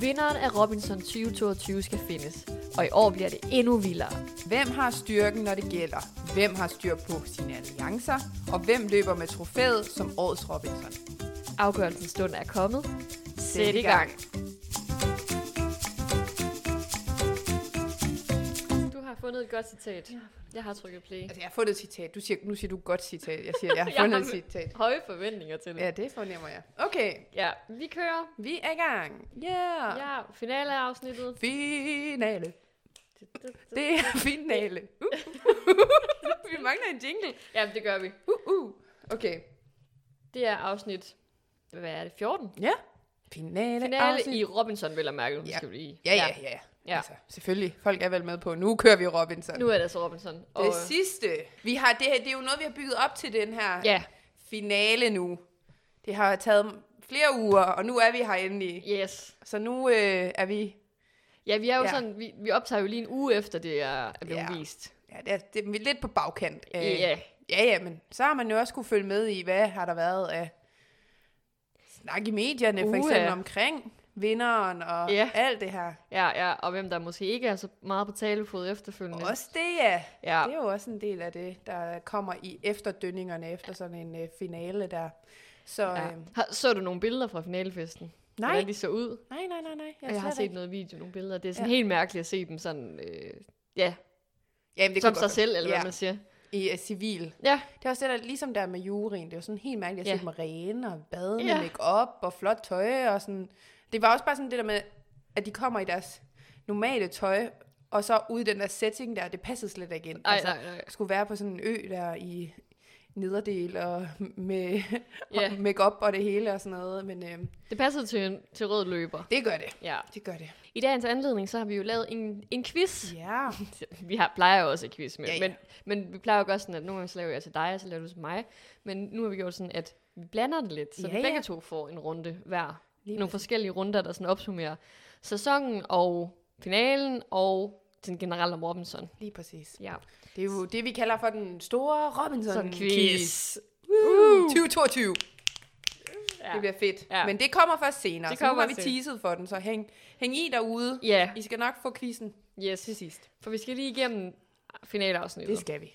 Vinderen af Robinson 2022 skal findes, og i år bliver det endnu vildere. Hvem har styrken, når det gælder? Hvem har styr på sine alliancer? Og hvem løber med trofæet som årets Robinson? Afgørelsens stund er kommet. Sæt i gang. Du har fundet et godt citat. Jeg har trykket play. Altså, jeg har fundet et citat. Nu siger du godt citat. Jeg siger, jeg har fundet et citat. Høje forventninger til det. Ja, det fornemmer jeg. Okay, Ja, vi kører. vi er i gang. Yeah. Ja, finale af afsnittet. Finale. Det er finale. Vi mangler en jingle. Ja, det gør vi. Okay. Det er afsnit, hvad er det, 14? Ja. Finale Finale i Robinson, vil jeg mærke. Ja. Skal vi lige. Ja. Ja. Altså, selvfølgelig. Folk er vel med på. Nu kører vi Robinson. Nu er det altså Robinson. Det sidste. Vi har, det er jo noget, vi har bygget op til den her finale nu. Det har taget flere uger, og nu er vi herinde i. Yes. Så nu er vi. Ja, vi er jo sådan, vi optager jo lige en uge efter, det er blevet vist. Ja, det er lidt på bagkant. Ja. Ja, men så har man jo også kunne følge med i, hvad har der været af snak i medierne, for eksempel omkring vinderen og alt det her. Ja, og hvem der måske ikke er så meget på talefod efterfølgende. Også det, ja. Det er jo også en del af det, der kommer i efterdønningerne efter sådan en finale der. Så, så du nogle billeder fra finalefesten? Nej. Hvordan de så ud? Nej. Jeg har set noget video, nogle billeder. Det er sådan helt mærkeligt at se dem sådan, Jamen, det som sig selv, eller hvad man siger. I civil. Ja. Det er også det der, ligesom der med juryen. Det er jo sådan helt mærkeligt at se dem rene og bade med make-up og flot tøj og sådan. Det var også bare sådan det der med, at de kommer i deres normale tøj, og så ude i den der setting der, det passede slet ikke ind. Nej. Skulle være på sådan en ø der i nederdel og med make-up og det hele og sådan noget. Men, det passede til rød løber. Det gør det. Ja. Det gør det. I dagens anledning, så har vi jo lavet en quiz. Ja. Vi plejer jo også et quiz med, men vi plejer jo også sådan, at nogle gange så laver jeg til dig, og så laver du til mig. Men nu har vi gjort sådan, at vi blander det lidt, så vi begge to får en runde hver. Nogle forskellige runder, der sådan opsummerer sæsonen og finalen og den generelle om Robinson. Lige præcis. Ja. Det er jo det, vi kalder for den store Robinson-quiz. 2022. Ja. Det bliver fedt. Ja. Men det kommer først senere, så nu har vi teaset for den, så hæng i derude. Ja. I skal nok få quizzen til sidst. For vi skal lige igennem finaleafsnittet. Det skal vi.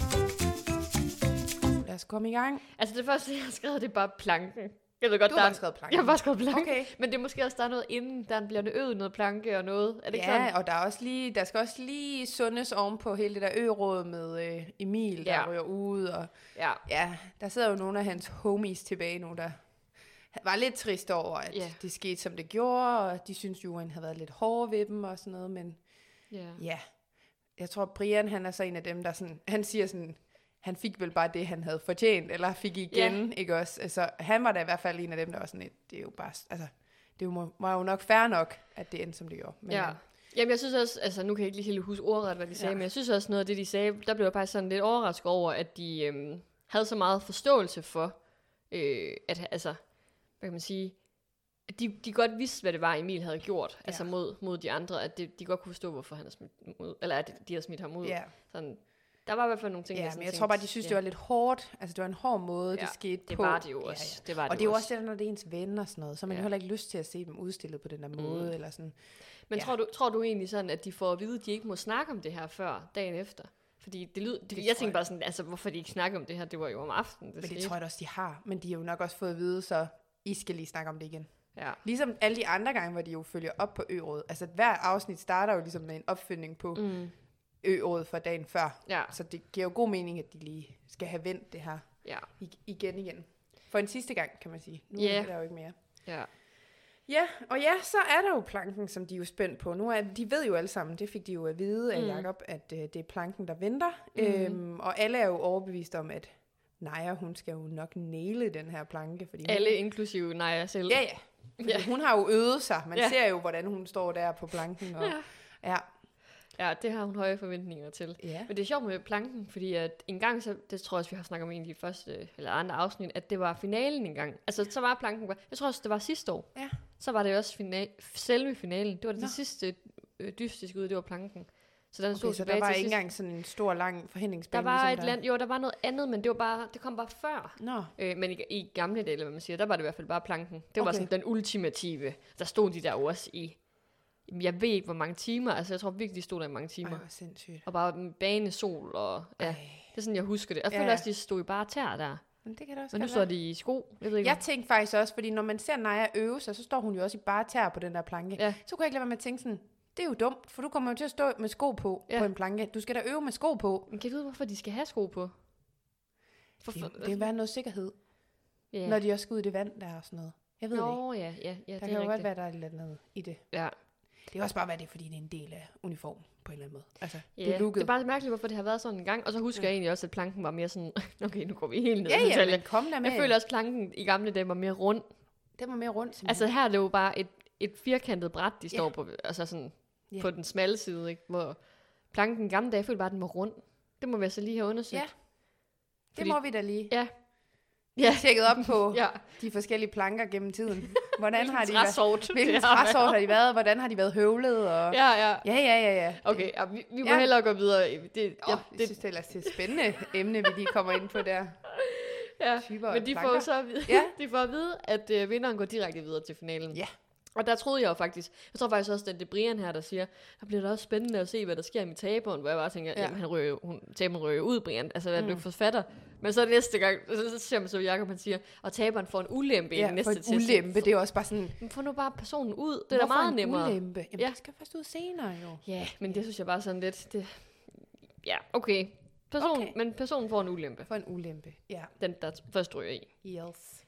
Lad os komme i gang. Altså det første, jeg har skrevet, det er bare planken. Jeg ved godt, du har bare skrevet planken. Jeg har bare skrevet planken. Okay. Men det er måske også, der er noget inden, der bliver øvet noget planke og noget. Er det ikke sådan? Og der skal også lige sundes ovenpå hele det der ø-råd med Emil, der ryger ud. Og, der sidder jo nogle af hans homies tilbage nu, der var lidt trist over, at det skete, som det gjorde, og de synes jo, han havde været lidt hård ved dem og sådan noget, men jeg tror, Brian, han er så en af dem, der sådan, han siger sådan, han fik vel bare det, han havde fortjent, eller fik igen, ikke også? Altså, han var da i hvert fald en af dem, der var sådan, det er jo bare, altså, det var jo nok fair nok, at det endte, som det gjorde. Men, Jamen, jeg synes også, altså, nu kan jeg ikke lige helt huske ordret, hvad de sagde, men jeg synes også noget af det, de sagde, der blev jeg faktisk sådan lidt overrasket over, at de havde så meget forståelse for, at, altså, hvad kan man sige, at de godt vidste, hvad det var, Emil havde gjort, altså mod de andre, at de godt kunne forstå, hvorfor han havde smidt ud, eller at de havde smidt ham ud. Sådan, der var i hvert fald nogle ting, men jeg tror bare, de synes, det var lidt hårdt. Altså, det var en hård måde, det skete på. Det var det jo også. Det var det og det er jo også det, når det er ens venner og sådan noget, så man jo heller ikke lyst til at se dem udstillet på den der måde, eller sådan. Men tror du egentlig sådan, at de får at vide, at de ikke må snakke om det her før dagen efter? Fordi jeg tænkte bare sådan, altså, hvorfor de ikke snakker om det her, det var jo om aftenen. Men det tror jeg også, de har. Men de har jo nok også fået at vide, så I skal lige snakke om det igen. Ja. Ligesom alle de andre gange, hvor de jo følger op på ø-rådet. Altså, hver afsnit starter jo ligesom med en opfølgning på ø-rådet fra dagen før. Ja. Så det giver jo god mening, at de lige skal have vendt det her igen. For en sidste gang, kan man sige. Nu er der jo ikke mere. Ja. Ja, og så er der jo planken, som de er jo spændt på. De ved jo alle sammen, det fik de jo at vide af Jacob, at det er planken, der venter. Og alle er jo overbevist om, at Naja, hun skal jo nok næle den her planke. Fordi alle inklusive Naja selv. Ja. Hun har jo øvet sig. Man ser jo, hvordan hun står der på planken. Og, Ja, det har hun høje forventninger til. Ja. Men det er sjovt med planken, fordi at en gang, så, det tror jeg også, vi har snakket om i de første eller andre afsnit, at det var finalen en gang. Altså, så var planken, jeg tror også, det var sidste år. Ja. Så var det også selve finalen. Det var det sidste dystiske ud, det var planken. Så den stod så der var ikke engang sådan en stor, lang forhindringsbane. Der var der var noget andet, men det kom bare før. Nå. Men i gamle dage, hvad man siger, der var det i hvert fald bare planken. Det var sådan den ultimative. Der stod de der også i jeg ved ikke, hvor mange timer. Altså, jeg tror virkelig, de stod der i mange timer. Ej, sindssygt. Og bare bane sol, og ja, det er sådan, jeg husker det. Jeg føler også, de stod i bare tær der. Men det kan det også Men nu står de i sko. Jeg tænkte faktisk også, fordi når man ser Naja øve sig, så står hun jo også i bare tær på den der planke. Ja. Så kunne jeg ikke lade være med at tænke sådan, det er jo dumt, for du kommer jo til at stå med sko på en planke. Du skal da øve med sko på. Men kan du vide, hvorfor de skal have sko på? Det er bare noget sikkerhed. Yeah. Når de også skal ud i det vand der og sådan noget. Jeg ved det ikke. Ja, der kan jo godt være, der er lidt noget i det. Ja. Det kan også bare være det, fordi det er en del af uniformen på en eller anden måde. Altså, det er bare mærkeligt, hvorfor det har været sådan en gang. Og så husker jeg egentlig også, at planken var mere sådan, okay, nu går vi helt ned. Men kom der med. Jeg føler også, at planken i gamle dage var mere rund. Det var mere rundt, simpelthen. Altså her er det jo bare et firkantet bræt, de står på, altså sådan på den smalle side, ikke? Hvor planken i gamle dage, jeg følte bare, at den var rund. Det må vi altså lige have undersøgt. Ja, det må vi da lige. Ja. Tjekket op på de forskellige planker gennem tiden. Hvordan har de været? Hvilken træsort har de været? Hvordan har de været høvlet? Og... Ja. Okay, vi må hellere gå videre. Jeg synes ellers, det er et spændende emne, vi lige kommer ind på der. Ja, men de får så de får at vide, at vinderen går direkte videre til finalen. Ja. Og der troede jeg jo faktisk, tror faktisk også, at det er Brian her, der siger, der bliver det også spændende at se, hvad der sker med taberen, hvor jeg bare tænker, jamen taberen rører ud, Brian, altså hvad er det, du forfatter? Men så næste gang, så ser man så, Jacob han siger, og taberen får en ulempe i den næste test. Ja, for en ulempe, det er også bare sådan... Men få nu bare personen ud, det er da meget nemmere. Hvorfor en ulempe? Jamen, det skal først ud senere jo. Ja, men det synes jeg bare sådan lidt, ja, okay. Men personen får en ulempe. For en ulempe, ja. Den, der først ryger i. Yes.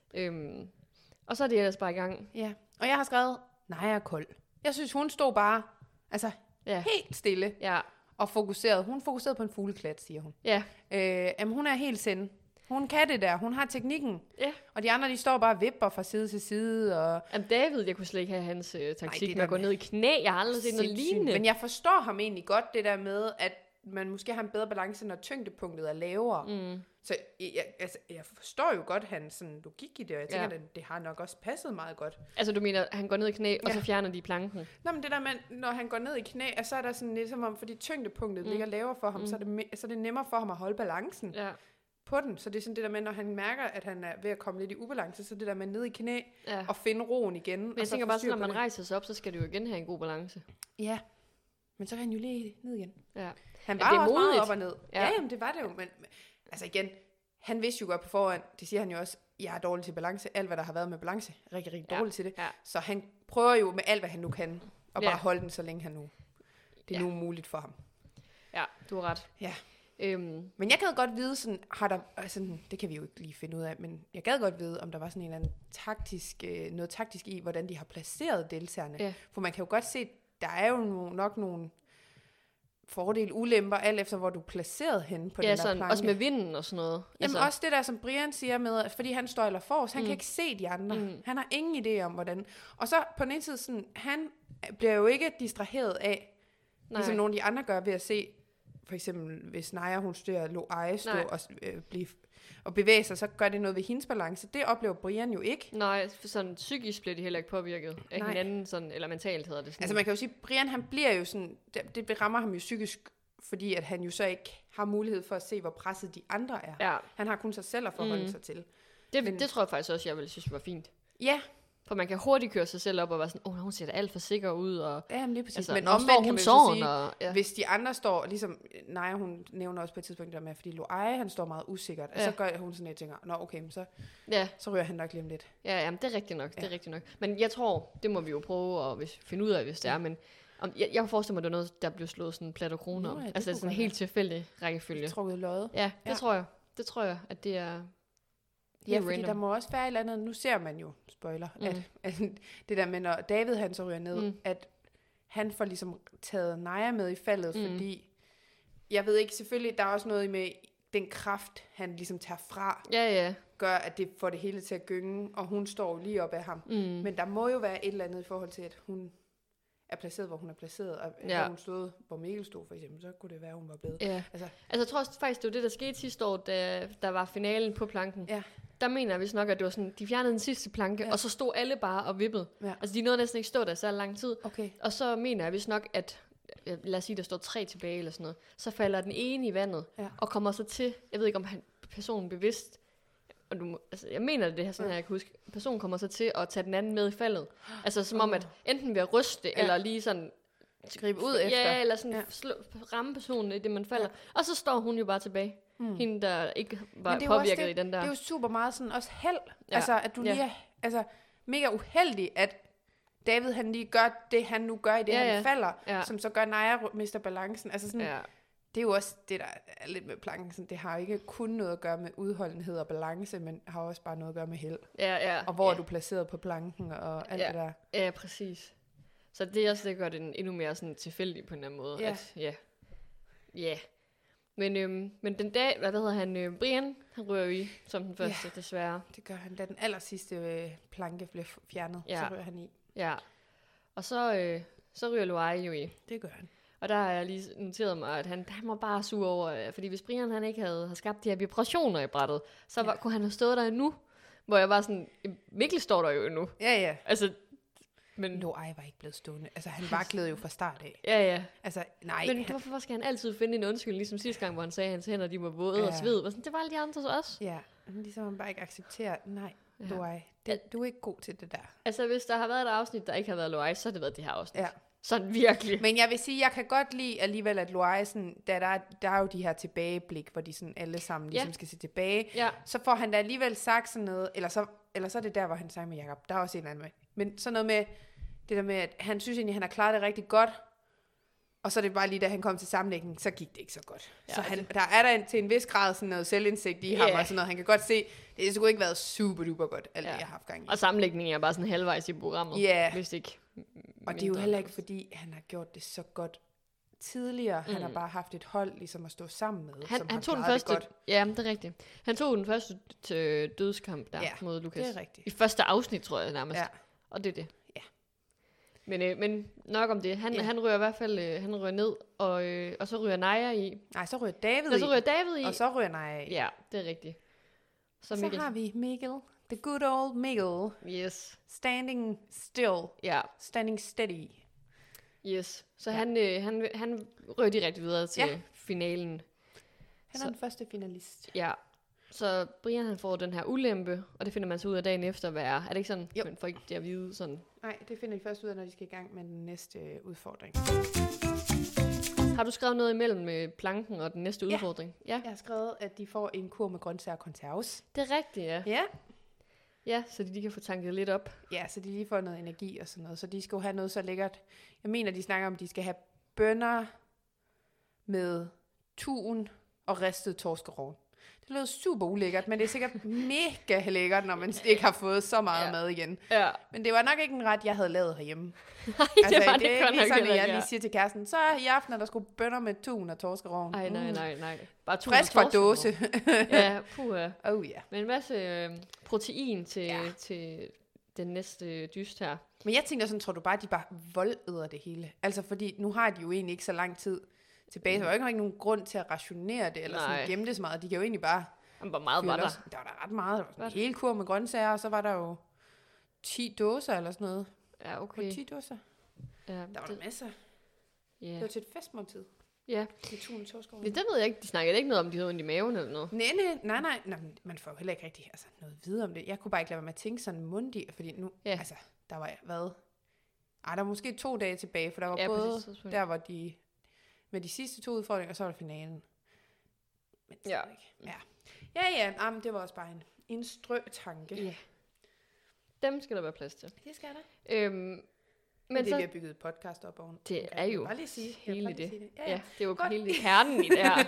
Og så er det ellers bare i gang. Ja, og jeg har skrevet, Naja er kold. Jeg synes, hun stod bare, altså, helt stille og fokuseret. Hun fokuserede på en fugleklat, siger hun. Ja. Jamen, hun er helt sende. Hun kan det der. Hun har teknikken. Ja. Og de andre, de står bare og vipper fra side til side. Og... Jamen, David, jeg kunne slet ikke have hans taktik med at gå ned i knæ. Jeg har aldrig set noget lignende. Men jeg forstår ham egentlig godt, det der med, at man måske har en bedre balance, når tyngdepunktet er lavere. Så jeg forstår jo godt hans logik i det, og jeg tænker, at det har nok også passet meget godt. Altså du mener, han går ned i knæ, og så fjerner de planken? Nå, men det der med, når han går ned i knæ, så er der sådan lidt som om, fordi tyngdepunktet ligger lavere for ham, så er det nemmere for ham at holde balancen på den. Så det er sådan det der med, når han mærker, at han er ved at komme lidt i ubalance, så det der med ned i knæ og finde roen igen. Men jeg tænker bare, når man rejser sig op, så skal du jo igen have en god balance. Ja, men så kan han jo lige ned igen. Ja. Han var også meget op og ned. Ja, jamen det var det jo, men altså igen, han vidste jo godt på forhånd, det siger han jo også, jeg er dårlig til balance. Alt, hvad der har været med balance, rigtig, rigtig dårlig til det. Ja. Så han prøver jo med alt, hvad han nu kan, og bare holde den, så længe han nu. Det er nu muligt for ham. Ja, du har ret. Ja. Men jeg gad godt vide, sådan, det kan vi jo ikke lige finde ud af, men jeg gad godt vide, om der var sådan en eller anden noget taktisk i, hvordan de har placeret deltagerne. Ja. For man kan jo godt se, der er jo nok nogle fordele, ulemper, alt efter hvor du er placeret henne på den der planke. Også med vinden og sådan noget. Jamen også det der, som Brian siger med, at fordi han støjler forrest, han kan ikke se de andre. Han har ingen idé om, hvordan. Og så på den ene side, sådan, han bliver jo ikke distraheret af, ligesom nogle af de andre gør ved at se, for eksempel hvis Naja, hun studerer Lo-Ai stå og bevæge sig, så gør det noget ved hendes balance. Det oplever Brian jo ikke. Nej, sådan psykisk bliver de heller ikke påvirket af hinanden, sådan, eller mentalt hedder det sådan. Altså man kan jo sige, Brian han bliver jo sådan, det rammer ham jo psykisk, fordi at han jo så ikke har mulighed for at se, hvor presset de andre er. Ja. Han har kun sig selv at forholde sig til. Det tror jeg faktisk også, jeg ville synes var fint. Ja. For man kan hurtigt køre sig selv op og være sådan, hun ser da alt for sikker ud. Og, ja, lige præcis. Altså, men omvendt kan man så sige, hvis de andre står, ligesom Naja, hun nævner også på et tidspunkt der med, fordi Lo-Ai, han står meget usikkert, og så gør hun sådan, at jeg tænker, nå okay, men så ryger han nok lige om lidt. Ja, jamen, det er rigtigt nok, det er rigtigt nok. Men jeg tror, det må vi jo prøve at finde ud af, hvis det er, men jeg forestiller mig, det er noget, der bliver slået sådan plat og kroner om. Altså sådan en helt tilfældig rækkefølge. Trukket lodde. Ja, det tror jeg. Det tror jeg, at det er... Ja, fordi random. Der må også være et eller andet, nu ser man jo, spoiler, at det der med, når David han så ryger ned, at han får ligesom taget Naja med i faldet, fordi, jeg ved ikke, selvfølgelig, der er også noget med den kraft, han ligesom tager fra, gør, at det får det hele til at gynge, og hun står lige op af ham. Men der må jo være et eller andet i forhold til, at hun er placeret, hvor hun er placeret, og havde hun stået, hvor Mikkel stod for eksempel, så kunne det være, hun var blevet. Ja. Altså jeg tror også faktisk, det var det, der skete sidste år, da der var finalen på planken. Ja. Der mener jeg vist nok, at det var sådan, de fjernede den sidste planke, og så stod alle bare og vippede. Ja. Altså de nåede næsten ikke stå der så lang tid. Okay. Og så mener jeg vist nok, at lad os sige, der står 3 tilbage eller sådan noget, så falder den ene i vandet, og kommer så til, jeg ved ikke om personen bevidst og altså, jeg mener det her, sådan her, jeg kan huske, personen kommer så til at tage den anden med i faldet. Altså som om, at enten ved at ryste, eller lige sådan gribe ud efter. Ja, eller sådan ramme personen i det, man falder. Ja. Og så står hun jo bare tilbage. Hende, der ikke var påvirket i den der. Det er jo super meget sådan også held. Ja. Altså, at du lige er mega uheldig, at David, han lige gør det, han nu gør i det, han falder, som så gør Naja mister balancen. Altså sådan, det er jo også det, der er lidt med planken. Sådan, det har ikke kun noget at gøre med udholdenhed og balance, men har også bare noget at gøre med held. Og hvor er du placeret på planken og alt det der. Ja, præcis. Så det er også, det gør det endnu mere sådan tilfældigt på en eller anden måde. Ja. Men den dag, hvad hedder han, Brian, han rører jo i som den første, desværre. Det gør han, da den allersidste planke blev fjernet, så rører han i. Ja, og så ryger Luai jo i. Det gør han. Og der har jeg lige noteret mig, at han var bare sur over, fordi hvis Brian han ikke havde skabt de her vibrationer i brættet, så kunne han have stået der endnu, hvor jeg var sådan, Mikkel står der jo endnu. Ja. Altså, men Luai var ikke blevet stående. Altså, han vaklede jo fra start af. Ja. Altså, nej. Men hvorfor skal han altid finde en undskyldning, ligesom sidste gang, hvor han sagde, at hans hænder, de var våde og sved. Det var alle de andre også. Ja, men ligesom han bare ikke accepterer, nej, Luai, du er ikke god til det der. Altså, hvis der har været et afsnit, der ikke har været Luai, så har det været det her afsnit. Ja. Sådan virkelig. Men jeg vil sige, jeg kan godt lide alligevel, at Luai, sådan, der er jo de her tilbageblik, hvor de sådan alle sammen ligesom skal se tilbage. Så får han da alligevel sagt sådan noget, eller så er det der, hvor han siger med Jacob, der er også en eller anden med. Men sådan noget med, det der med, at han synes egentlig, han har klaret det rigtig godt, og så er det bare lige, da han kom til sammenlægning, så gik det ikke så godt. Ja, så der er der til en vis grad sådan noget selvindsigt i ham, og sådan noget. Han kan godt se, det har sgu ikke været super duper godt, alt det, jeg har haft gang i. Og sammenlægningen er bare sådan halvvejs i programmet, hvis ikke. Og det er jo heller ikke, fordi han har gjort det så godt tidligere. Han har bare haft et hold ligesom at stå sammen med, han tog den første, ja, det er rigtigt. Han tog den første dødskamp der mod Lukas. Det er rigtigt. I første afsnit, tror jeg nærmest. Ja. Og det er det. Ja. Men nok om det. Han ryger i hvert fald han ryger ned, og så ryger Naja i. Nej, så ryger David i. Og så ryger Naja i. Ja, det er rigtigt. Så har vi Mikkel. The good old Mikkel. Yes. Standing still. Ja. Standing steady. Yes. Så han røg direkte videre til finalen. Han er den første finalist. Ja. Så Brian han får den her ulempe, og det finder man så ud af dagen efter, hvad er det ikke sådan? Jo. Man får ikke det at vide sådan. Nej, det finder de først ud af, når de skal i gang med den næste udfordring. Har du skrevet noget imellem planken og den næste udfordring? Ja, jeg har skrevet, at de får en kur med grøntsager og konserves. Det er rigtigt, ja. Ja, så de kan få tanket lidt op. Ja, så de lige får noget energi og sådan noget. Så de skal jo have noget så lækkert. Jeg mener, de snakker om, at de skal have bønner med tun og ristet torskerogn. Det lyder super ulækkert, men det er sikkert mega lækkert, når man ikke har fået så meget mad igen. Ja. Men det var nok ikke en ret, jeg havde lavet herhjemme. Nej, det var det godt nok sådan, at jeg lige siger til kæresten, så i aften er der sgu bønner med tun og torskerogn. Nej. Bare tun frisk fra dåse. Ja, puha. Oh ja. Men en masse protein til den næste dyst her. Men jeg tænker sådan, tror du bare, at de bare voldæder det hele? Altså, fordi nu har de jo egentlig ikke så lang tid tilbage. Der var ikke nogen grund til at rationere det, eller sådan gemme det så meget. De kan jo egentlig bare... Hvor meget var der? Der var der ret meget. Der var sådan en hel kur med grøntsager, og så var der jo 10 dåser eller sådan noget. Ja, okay. 10 dåser. Ja, der var der masser. Yeah. Det var til et festmåltid. Ja. Det ved jeg ikke. De snakkede ikke noget om, de havde ondt i maven eller noget. Nej. Man får jo heller ikke rigtig noget videre om det. Jeg kunne bare ikke lade være med at tænke sådan mundigt, fordi nu, der var hvad? Der var måske 2 dage tilbage, for der var både præcis, der, hvor de med de sidste 2 udfordringer, og så var der finalen. Men det ikke. Ja, men det var også bare en strøtanke. Ja. Dem skal der være plads til. Det skal der. Men det, vi har bygget et podcast op oven. Det er jo bare lige sige. Hele det. Ja, det er jo godt. Hele kernen i det her.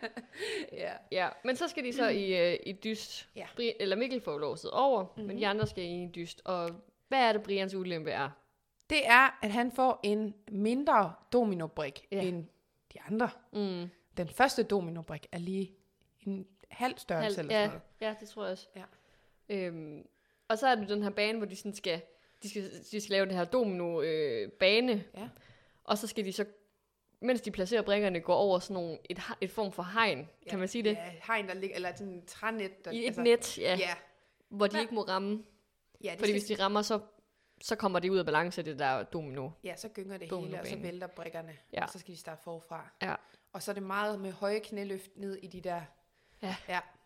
Ja. Men så skal de så i dyst. Ja. Eller Mikkel får lov at sidde over, men de andre skal i en dyst. Og hvad er det, Brians ulempe er? Det er, at han får en mindre dominobrik end de andre. Den første dominobrik er lige en halv størrelse eller sådan noget. Ja, det tror jeg også. Ja. Og så er det den her bane, hvor de sådan skal lave det her domino-bane. Og så skal de så, mens de placerer brikkerne, gå over sådan nogle, et form for hegn. Kan man sige det? Ja, hegn, der ligger, eller sådan et trænet. I et net, hvor de ikke må ramme. Ja, fordi hvis de rammer, så kommer de ud af balance, det der domino. Ja, så gynger det hele, og så vælter brikkerne. Og så skal de starte forfra. Ja. Og så er det meget med høje knæløft ned i de der... Ja.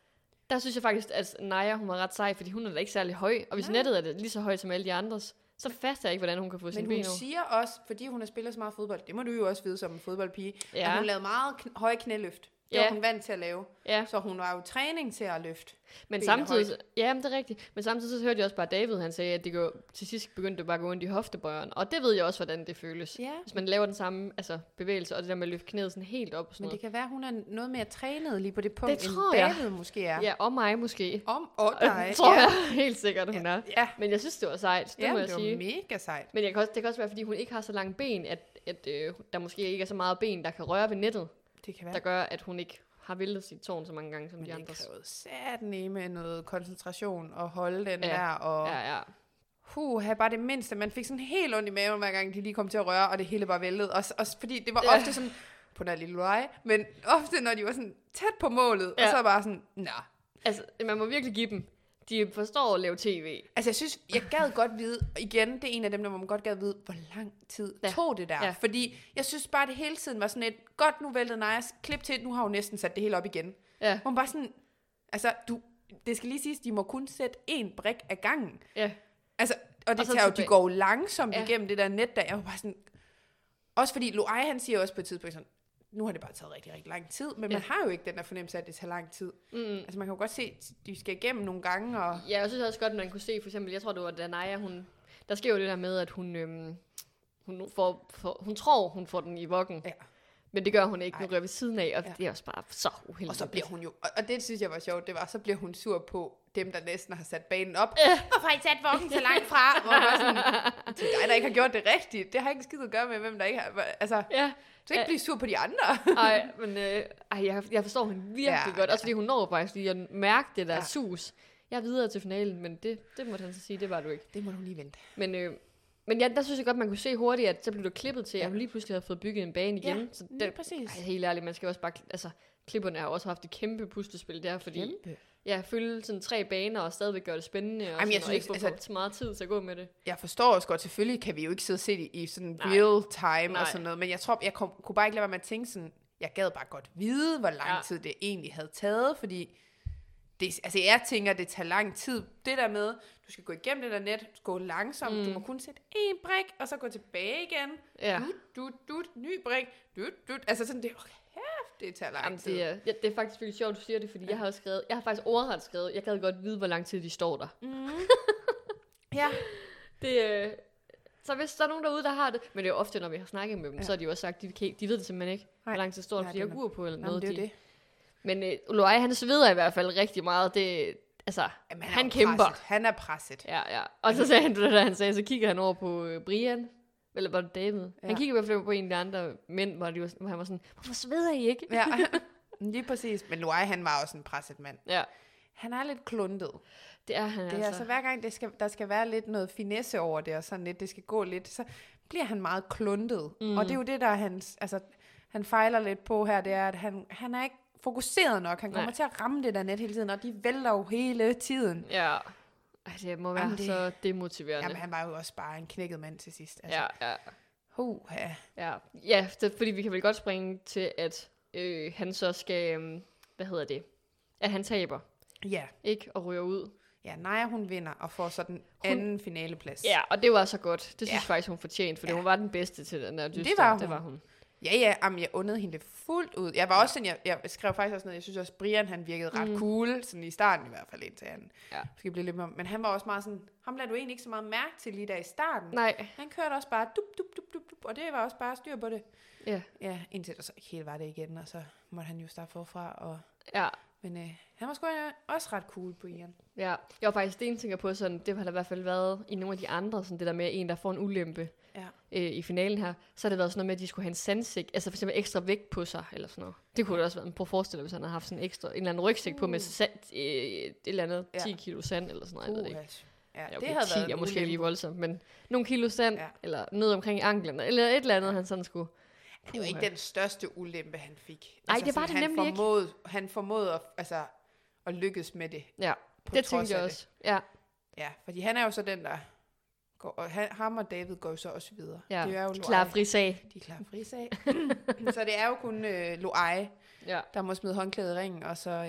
Der synes jeg faktisk, at Naja, hun var ret sej, fordi hun er da ikke særlig høj. Og hvis nettet er det lige så højt som alle de andres, så fatter jeg ikke, hvordan hun kan få sin ben over. Men hun siger også, fordi hun har spillet så meget fodbold, det må du jo også vide som en fodboldpige, at hun lavede meget høje knæløft. Det var hun vant til at lave. Ja. Så hun var jo træning til at løfte. Men samtidig, ja, det er rigtigt. Men samtidig så hørte jeg også bare David, han sagde, at det går, til sidst begyndte det bare at gå ondt i hoftebøjeren. Og det ved jeg også, hvordan det føles. Ja. Hvis man laver den samme bevægelse, og det der med at løfte knæet sådan helt op. Og sådan men det kan være, hun er noget mere trænet lige på det punkt, det end David måske er. Ja, og mig måske. Og dig. Tror jeg helt sikkert, hun er. Ja. Men jeg synes, det var sejt. Det må jeg sige. Det var mega sejt. Men det kan også være, fordi hun ikke har så lange ben, at der måske ikke er så meget ben, der kan røre ved nettet. Det kan være. Der gør, at hun ikke har væltet sit tårn så mange gange som de andre. Men det krævede satme med noget koncentration og holde den der. Og bare det mindste. Man fik sådan helt ondt i maven, hver gang de lige kom til at røre, og det hele bare væltede. Også fordi det var ofte sådan, på den lille Luai, men ofte når de var sådan tæt på målet, og så bare sådan, Altså, man må virkelig give dem. De forstår at lave tv. Altså, jeg synes, jeg gad godt vide, igen, det er en af dem, der man godt gad vide, hvor lang tid tog det der. Ja. Fordi jeg synes bare, det hele tiden var sådan et, godt nu væltede Najas, klip til, nu har hun næsten sat det hele op igen. Ja. Hun bare sådan, altså, det skal lige siges, de må kun sætte en brik af gangen. Ja. Altså, og det tager jo, de går jo langsomt igennem det der net, der jeg var bare sådan, også fordi Luai, han siger også på et tidspunkt sådan, nu har det bare taget rigtig, rigtig lang tid, men man har jo ikke den der fornemmelse af, at det tager lang tid. Altså man kan jo godt se, at de skal igennem nogle gange. Og ja, jeg synes også godt, at man kunne se, for eksempel, jeg tror det var Danaya, der sker jo det der med, at hun tror, hun får den i voggen. Ja. Men det gør hun ikke, nu rører ved siden af, og det er også bare så uheldigt. Og så bliver hun jo, og det synes jeg var sjovt, det var, så bliver hun sur på dem, der næsten har sat banen op. Hvorfor har I sat vognen så langt fra? Hvor var sådan, til dig, der ikke har gjort det rigtigt. Det har ikke skidt at gøre med, hvem der ikke har, altså... Ja. Så ikke blive sur på de andre. Nej, men jeg forstår hende virkelig godt. Også fordi hun når faktisk lige at mærke det der sus. Jeg er videre til finalen, men det måtte han så sige, det var du ikke. Det må du lige vente. Men ja, der synes jeg godt, man kunne se hurtigt, at så blev der klippet til, at hun lige pludselig havde fået bygget en bane igen. Ja, så det, præcis. Helt ærligt, man skal også bare... Altså, klipperne har også haft et kæmpe puslespil der, fordi... Følge sådan 3 baner og stadigvæk gøre det spændende, og, jeg synes, ikke få så meget tid til at gå med det. Jeg forstår også godt, selvfølgelig kan vi jo ikke sidde og se det i sådan real time og sådan noget, men jeg tror, jeg kunne bare ikke lade være med at tænke sådan, jeg gad bare godt vide, hvor lang tid det egentlig havde taget, fordi jeg tænker, det tager lang tid. Det der med, du skal gå igennem det der net, gå langsomt, du må kun sætte 1 brik, og så gå tilbage igen. Ja. Ny brik, altså sådan det, det tager lang tid. Det er faktisk virkelig sjovt, du siger det, fordi jeg har faktisk ordret skrevet, jeg gad godt vide, hvor lang tid de står der. Ja. Så hvis der er nogen derude, der har det, men det er jo ofte, når vi har snakket med dem, så har de jo også sagt, de ved det simpelthen ikke, hvor lang tid står der, fordi de har ur på eller noget. Det. Men Luai, han sveder i hvert fald rigtig meget. Han kæmper. Han er presset. Ja. Og så sagde han det der, han sagde, så kigger han over på Brian, eller var det David? Ja. Han kigger i hvert fald på en af de andre mænd, hvor han var sådan, hvorfor sveder I ikke? Ja, lige præcis. Men Luai, han var også en presset mand. Ja. Han er lidt kluntet. Det er han altså. Det er altså hver gang, der skal være lidt noget finesse over det, og sådan lidt, det skal gå lidt, så bliver han meget kluntet. Og det er jo det, der han fejler lidt på her, det er, at han er ikke fokuseret nok. Han kommer til at ramme det der net hele tiden, og de vælter jo hele tiden. Ja. Det må være så demotiverende. Jamen, han var jo også bare en knækket mand til sidst. Altså. Ja. Ja, fordi vi kan vel godt springe til, at han så skal, at han taber. Ja. Ikke? Og ryger ud. Ja, Naja, hun vinder og får så den anden finaleplads. Ja, og det var så godt. Det synes jeg faktisk, hun fortjente, for hun var den bedste til den der dyster. Det var hun. Ja, jeg undede hende det fuldt ud. Jeg var også sådan, jeg skrev faktisk også noget, jeg synes også, Brian, han virkede ret cool, sådan i starten i hvert fald, indtil han skal blive lidt mere. Men han var også meget sådan, ham lader du egentlig ikke så meget mærke til lige der i starten. Nej. Han kørte også bare dup, og det var også bare styr på det. Ja, indtil der så ikke helt var det igen, og så måtte han jo starte forfra. Og men han var sgu også ret cool på Ian. Ja, jeg var faktisk stensikker på sådan, det har der i hvert fald været i nogle af de andre, sådan det der med en, der får en ulempe i finalen her, så har det været sådan noget med, at de skulle have en sandsæk, altså for eksempel ekstra vægt på sig, eller sådan noget. Det kunne det også være, prøv at forestille dig, hvis han havde haft sådan en eller anden rygsæk på med et eller andet 10 kilo sand, eller sådan noget, jeg ved ikke. Ja, okay, det havde 10 været er måske lige voldsomt, men nogle kilo sand, eller noget omkring anklen, eller et eller andet, han sådan skulle. Det var ikke den største ulempe, han fik. Nej, det var det nemlig ikke. Han formåede at lykkes med det. Ja, det tænkte jeg også. Ja, fordi han er jo så den, der går, og ham og David går jo så også videre. Ja, det er jo klar fri sag. De er klar fri sag. Så det er jo kun Luai, der må smide håndklædet i ringen, og så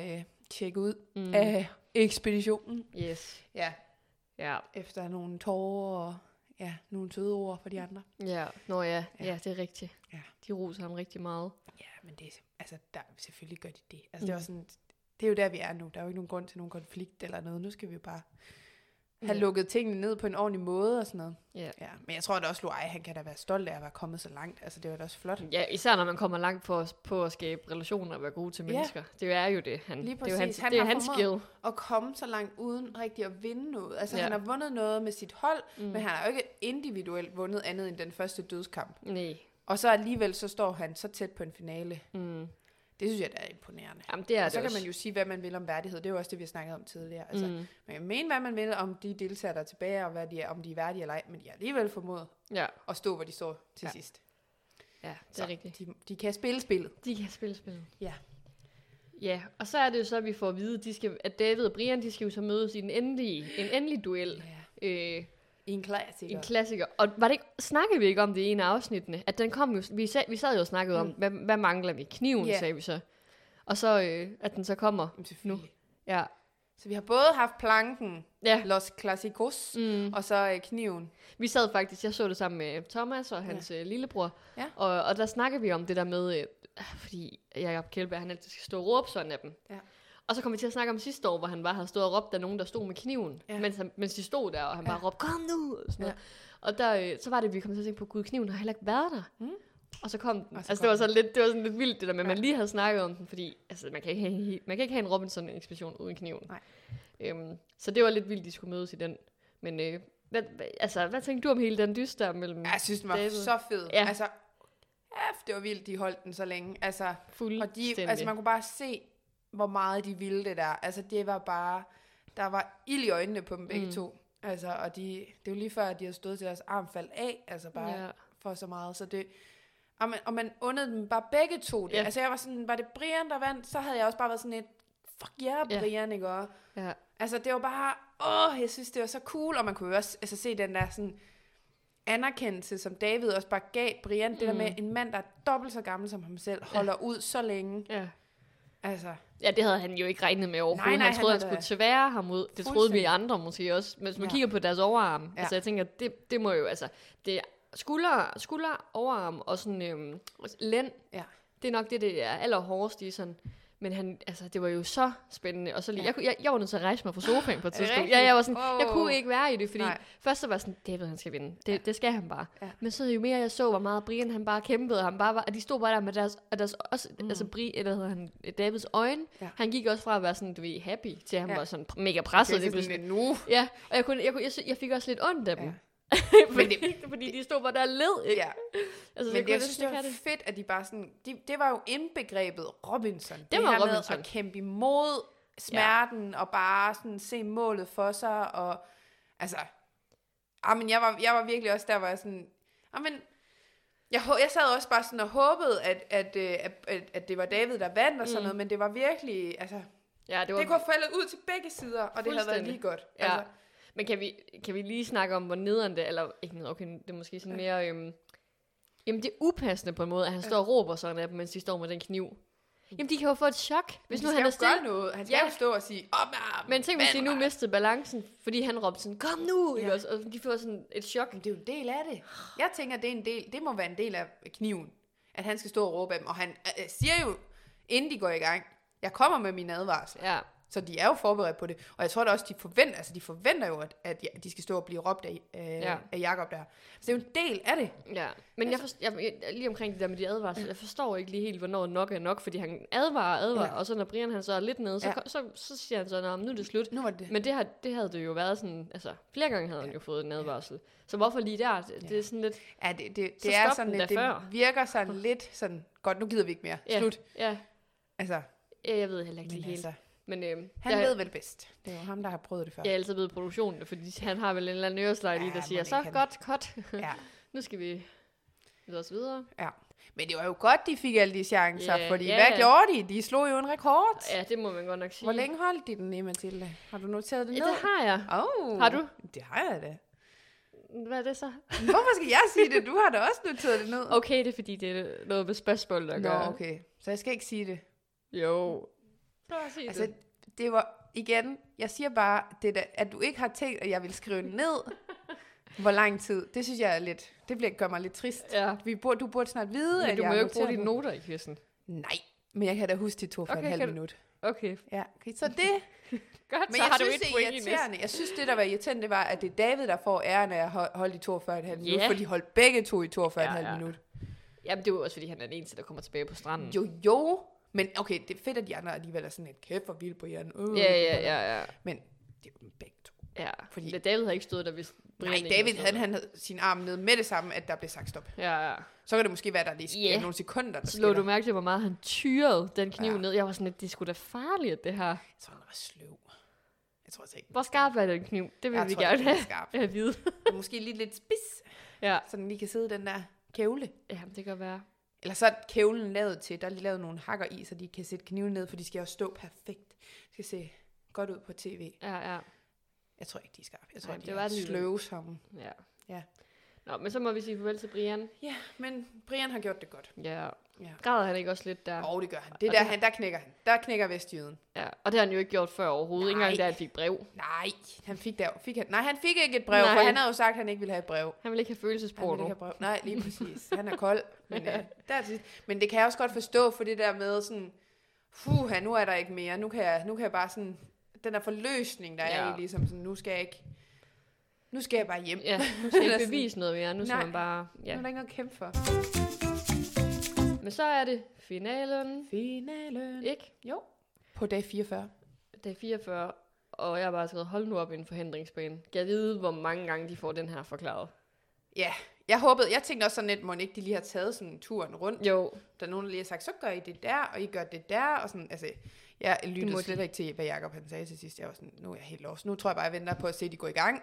tjekke ud af ekspeditionen. Yes. Ja. Ja. Efter nogle tårer og nogle søde ord for de andre. Ja, ja, det er rigtigt. Ja. De roser ham rigtig meget. Ja, men det altså, selvfølgelig gør de det. Altså, det er sådan, det er jo der, vi er nu. Der er jo ikke nogen grund til nogen konflikt eller noget. Nu skal vi jo bare have lukket tingene ned på en ordentlig måde og sådan noget. Ja. Men jeg tror da også, Luai, han kan da være stolt af at være kommet så langt. Altså, det var da også flot. Ja, især når man kommer langt på at skabe relationer og være gode til mennesker. Det er jo det. Lige præcis. Det er jo hans skill. At komme så langt uden rigtig at vinde noget. Altså, han har vundet noget med sit hold, men han har jo ikke individuelt vundet andet end den første dødskamp. Nej. Og så alligevel, så står han så tæt på en finale. Det synes jeg, der er imponerende. Jamen, det er og så det kan man jo sige, hvad man vil om værdighed. Det er jo også det, vi har snakket om tidligere. Altså, man kan mene, hvad man vil om de deltagere, der er tilbage, og hvad om de er værdige eller ej, men de har alligevel formået at stå, hvor de står til sidst. Ja, det er rigtigt. De kan spille spillet. De kan spille spillet. Ja. Ja, og så er det jo så, at vi får at vide, at David og Brian, de skal jo så mødes i en endelig duel. Ja. En klassiker. Og snakkede vi ikke om det i en af afsnittene? At den kom jo, vi sad jo og snakkede om, hvad mangler vi? Kniven, sagde vi så. Og så, at den så kommer nu. Ja. Så vi har både haft planken, Los Clásicos, og så kniven. Vi sad faktisk, jeg så det sammen med Thomas og hans lillebror, og der snakkede vi om det der med, fordi Jacob Kjeldberg, han altid skal stå og råbe sådan af dem. Ja. Og så kom vi til at snakke om sidste år, hvor han bare havde stået og råbt af nogen, der stod med kniven, mens de stod der, og han bare råbte, kom nu! Og sådan noget. Og der, så var det, vi kom til at tænke på, gud, kniven har heller ikke været der. Og så kom den. Altså, det var sådan lidt vildt, det der med, at man lige havde snakket om den, fordi altså, man kan ikke have en Robinson-ekspedition uden kniven. Nej. Så det var lidt vildt, de skulle mødes i den. Men hvad tænkte du om hele den dyst der mellem Jeg synes, den var David? Så fed. Ja. Altså, det var vildt, de holdt den så længe. Altså, og man kunne bare se, hvor meget de ville det der. Altså, det var bare, der var ild i øjnene på dem begge to. Altså, og det er jo lige før, at de har stået til deres arm faldt af, altså bare for så meget. Så det, og man undede dem bare begge to det. Ja. Altså, jeg var sådan, var det Brian, der vandt, så havde jeg også bare været sådan et, fuck Brian, ikke? Og, altså, det var bare, jeg synes, det var så cool, og man kunne jo også se den der sådan anerkendelse, som David også bare gav Brian, det der med en mand, der er dobbelt så gammel som ham selv, holder ud så længe. Ja. Altså. Ja, det havde han jo ikke regnet med overhovedet. Han troede, han skulle tvære ham ud. Det troede vi andre måske også. Men hvis man kigger på deres overarm, altså jeg tænker, det må jo, altså, det er skulder, overarm og sådan lænd. Ja. Det er nok det er allerhårdest i sådan. Men han, altså, det var jo så spændende. Og så lige, jeg var nødt til at rejse mig fra sofaen på et tidspunkt. Jeg var sådan, jeg kunne ikke være i det, fordi først så var sådan, David, han skal vinde. Det skal han bare. Ja. Men så jo mere jeg så, hvor meget Brian han bare kæmpede, han bare var, og de stod bare der med deres også, altså Davids øjne. Ja. Han gik også fra at være sådan, du ved, happy, til han var sådan mega presset. Det sådan nu. Ja, og jeg fik også lidt ondt af dem. fordi de stod bare der og led, ikke? Ja. Altså, men jeg synes, det var fedt, at de bare sådan, det var jo indbegrebet Robinson. Det var Robinson. Med at kæmpe imod smerten, og bare sådan se målet for sig, og altså, men jeg var virkelig også der, hvor jeg sådan, jeg sad også bare sådan og håbede, at det var David, der vandt og sådan noget, men det var virkelig, altså, det kunne falde ud til begge sider, og det havde været lige godt. Ja. Altså, men kan vi lige snakke om, hvor nederen det, eller ikke nederen, okay, det er måske sådan mere, jamen det er upassende på en måde, at han står og råber sådan af dem, mens de står med den kniv. Jamen de kan jo få et chok, hvis nu han er stille. Noget. Han skal jo stå og sige, men tænk hvis de nu mistede balancen, fordi han råbte sådan, kom nu, ikke også? Og de får sådan et chok. Men det er jo en del af det. Jeg tænker, det må være en del af kniven, at han skal stå og råbe af dem, og han siger jo, inden de går i gang, jeg kommer med mine advarsler. Ja. Så de er jo forberedt på det. Og jeg tror da også, de forventer jo, at de skal stå og blive råbt af Jacob der. Så det er jo en del af det. Ja, men lige omkring det der med de advarsler, jeg forstår ikke lige helt, hvornår nok er nok, fordi han advarer, og så når Brian han så er lidt nede, så siger han så, nu er det slut. Nu var det. Men det havde det jo været sådan, altså flere gange havde han jo fået en advarsel. Så hvorfor lige der? Det er sådan lidt... Ja, det er sådan lidt, det virker sådan lidt sådan, godt, nu gider vi ikke mere. Slut. Ja. Altså. Jeg ved heller ikke lige helt. Men, han ved vel bedst. Det er jo ham, der har prøvet det før. Jeg har altid ved produktionen, fordi han har vel en eller anden øreslejt i, der siger, så godt, cut. Ja. Nu skal vi lade os videre. Ja. Men det var jo godt, de fik alle de chancer, fordi hvad gjorde de? De slog jo en rekord. Ja, det må man godt nok sige. Hvor længe holdt de den lige, Mathilde? Har du noteret det ned? Ja, det har jeg. Har du? Det har jeg da. Hvad er det så? Hvorfor skal jeg sige det? Du har da også noteret det ned. Okay, det er fordi, det er noget med spørgsmål, der gør. Nå, okay. Så jeg skal ikke sige det. Jo. Altså, det var, igen, jeg siger bare, at du ikke har tænkt, at jeg vil skrive ned, hvor lang tid. Det synes jeg er lidt, gør mig lidt trist. Ja. Du burde snart vide, men at du jeg må jo ikke bruge dine noter i quizzen. Nej, men jeg kan da huske det 2,5 minut. Okay. Ja, okay, så det... Godt, men så jeg har synes, du et point i næsten. Jeg synes, det der var irriterende, det var, at det er David, der får æren af at holde i 42,5 minut, for de holdt begge to i 42,5 minut. Jamen, det er jo også, fordi han er den eneste, der kommer tilbage på stranden. Jo. Men okay, det er fedt, at de andre alligevel er sådan et kæft for vildt, Brian. Ja. Men det er jo begge to. Ja, fordi David havde ikke stået der, hvis Brian... Nej, David han havde sin arm ned med det samme, at der blev sagt stop. Ja. Så kan det måske være, der lige sker nogle sekunder, der slår du mærke til, hvor meget han tyrede den kniv ned? Jeg var sådan lidt, det er sgu da farligt, at det her. Jeg tror, han var sløv. Jeg tror altså ikke. Hvor skarp var den kniv? Det vil vi gerne have at vide. Måske lidt spids, så den lige kan sidde den der kævle. Ja, det kan være. Eller så er kævlen lavet til, der er lige lavet nogle hakker i, så de kan sætte kniven ned, for de skal jo stå perfekt. De skal se godt ud på tv. Ja. Jeg tror ikke, de er skarpe. Jeg tror, det de var er sløve sammen. Ja. Nå, men så må vi sige farvel til Brian. Ja, men Brian har gjort det godt. Ja. Græder han ikke også lidt der? Det gør han. Der knækker han. Der knækker Vestjyden. Ja, og det har han jo ikke gjort før overhovedet. Ikke engang da han fik brev. Nej, han fik ikke et brev, for han havde jo sagt, at han ikke ville have et brev. Han ville ikke have følelsesbrug nu. Nej, lige præcis. Han er kold. Men det kan jeg også godt forstå, for det der med sådan, nu er der ikke mere. Nu kan jeg bare sådan, den der forløsning, der er i, ligesom sådan, nu skal jeg bare hjem. Ja, nu skal jeg ikke bevise noget mere. Nu skal man bare... Ja. Nu er der ikke noget at kæmpe for. Men så er det finalen. Ikke? Jo. På dag 44. Dag 44. Og jeg har bare skrevet, hold nu op i en forhindringsbane. Kan jeg vide, hvor mange gange de får den her forklaret? Ja, jeg tænkte også sådan lidt, må ikke de lige har taget sådan turen rundt. Jo. Der er nogen, der lige har sagt, så gør I det der, og I gør det der, og sådan, altså, jeg lyttede slet ikke til, hvad Jacob han sagde til sidst. Jeg var sådan, nu er jeg helt lost. Nu tror jeg bare, jeg venter på at se, at de går i gang.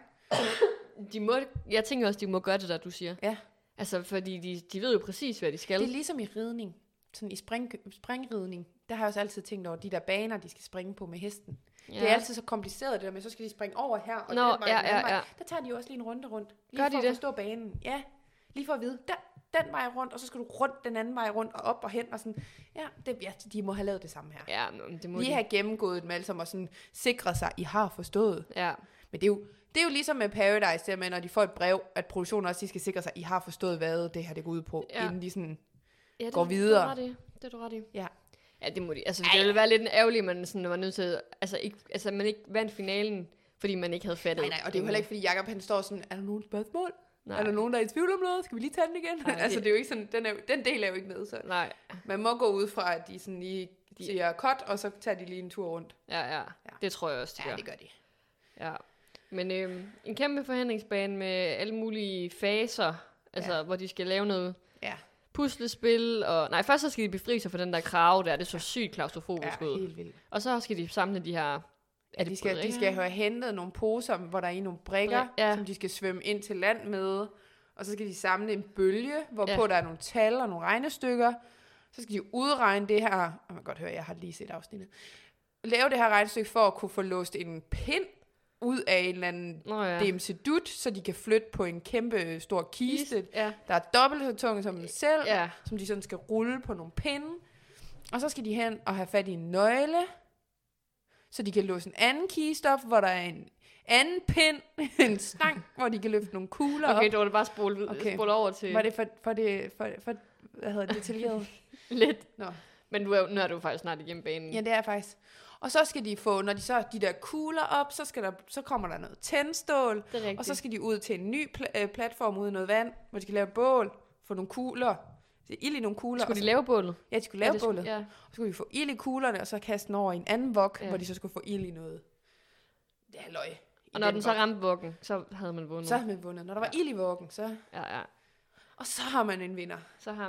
Jeg tænker også, de må gøre det, der du siger. Ja. Altså, fordi de ved jo præcis, hvad de skal. Det er ligesom i ridning. Sådan i springridning. Der har jeg også altid tænkt over, de der baner, de skal springe på med hesten. Ja. Det er altid så kompliceret, det der med, så skal de springe over her, og den vej. Der tager de jo også lige en runde rundt. Lige gør for at forstå banen. Ja, lige for at vide, den vej rundt, og så skal du rundt den anden vej rundt, og op og hen, og sådan. Ja, de må have lavet det samme her. Ja, det må have gennemgået dem alle sammen, og sådan sikre sig, I har forstået. Ja. Men det er jo ligesom med Paradise, der med, når de får et brev, at produktionen også skal sikre sig, I har forstået, hvad det her det går ud på, inden de sådan går videre. Det er du ret i. Ja. Ja, det må de. Altså, det ville være lidt ærgerligt, man sådan var nødt til, man ikke vandt finalen, fordi man ikke havde fattet. Nej, og det er jo heller ikke, fordi Jacob han står sådan, er der nogen spørgsmål? Nej. Er der nogen, der er i tvivl om noget? Skal vi lige tage den igen? Nej, altså, det er jo ikke sådan, den del er jo ikke med, så. Nej. Man må gå ud fra, at de sådan lige siger cut, og så tager de lige en tur rundt. Ja. Det tror jeg også, de gør. Ja, det gør de. Ja. Men en kæmpe forhindringsbane med alle mulige faser, altså, hvor de skal lave noget puslespil, og nej, først så skal de befri sig for den der krave der, det så sygt klaustrofobisk ud. Helt vildt. Og så skal de samle de her... de skal have hentet nogle poser, hvor der er nogle brikker, som de skal svømme ind til land med, og så skal de samle en bølge, hvorpå der er nogle tal og nogle regnestykker. Så skal de udregne det her, man kan godt høre, jeg har lige set afsnittet, lave det her regnestykke for at kunne få låst en pind ud af en eller anden DMC-dut, så de kan flytte på en kæmpe stor kiste, der er dobbelt så tung som dem selv, som de sådan skal rulle på nogle pinde. Og så skal de hen og have fat i en nøgle, så de kan låse en anden kiste op, hvor der er en anden pind, en stang, hvor de kan løfte nogle kugler op. Okay, det var det bare spole over til... Var det for hvad hedder det, detaljeret? Lidt. Nå. Men nu er du faktisk snart igennem banen. Ja, det er faktisk. Og så skal de få, når de så de der kugler op, så kommer der noget tændstål, og så skal de ud til en ny platform ude i noget vand, hvor de skal lave bål, få nogle kugler, ild i nogle kugler. Skulle de lave bålet? Ja, de skulle lave bålet. Og så skulle de få ild i kuglerne, og så kaste den over i en anden vok, hvor de så skulle få ild i noget. Det er løg. Og når den så ramte vokken, så havde man vundet. Så havde man vundet. Når der var ild i vokken, så... Ja. Og så har man en vinder.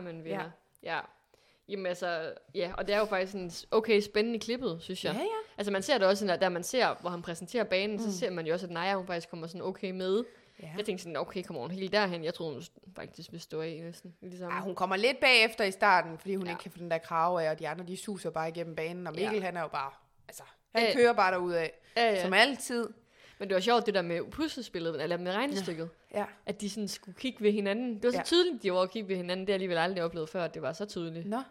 Ja. Jamen altså, og det er jo faktisk en okay spændende klippet, synes jeg. Ja. Altså man ser det også, der man ser, hvor han præsenterer banen, så ser man jo også, at Naja, hun faktisk kommer sådan okay med. Ja. Jeg tænkte sådan, okay, kommer hun helt derhen? Jeg troede, hun faktisk ville stå af næsten. Ligesom. Ja, hun kommer lidt bagefter i starten, fordi hun ikke kan få den der krave af, og de andre, de suser bare igennem banen, og Mikkel, han er jo bare, altså, han kører bare derudad, som altid. Men det var sjovt, det der med puslespillet, eller med regnestykket. Ja. At de sådan skulle kigge ved hinanden. Det var så tydeligt, de var at kigge ved hinanden. Det har jeg alligevel aldrig oplevet før, at det var så tydeligt. Nå.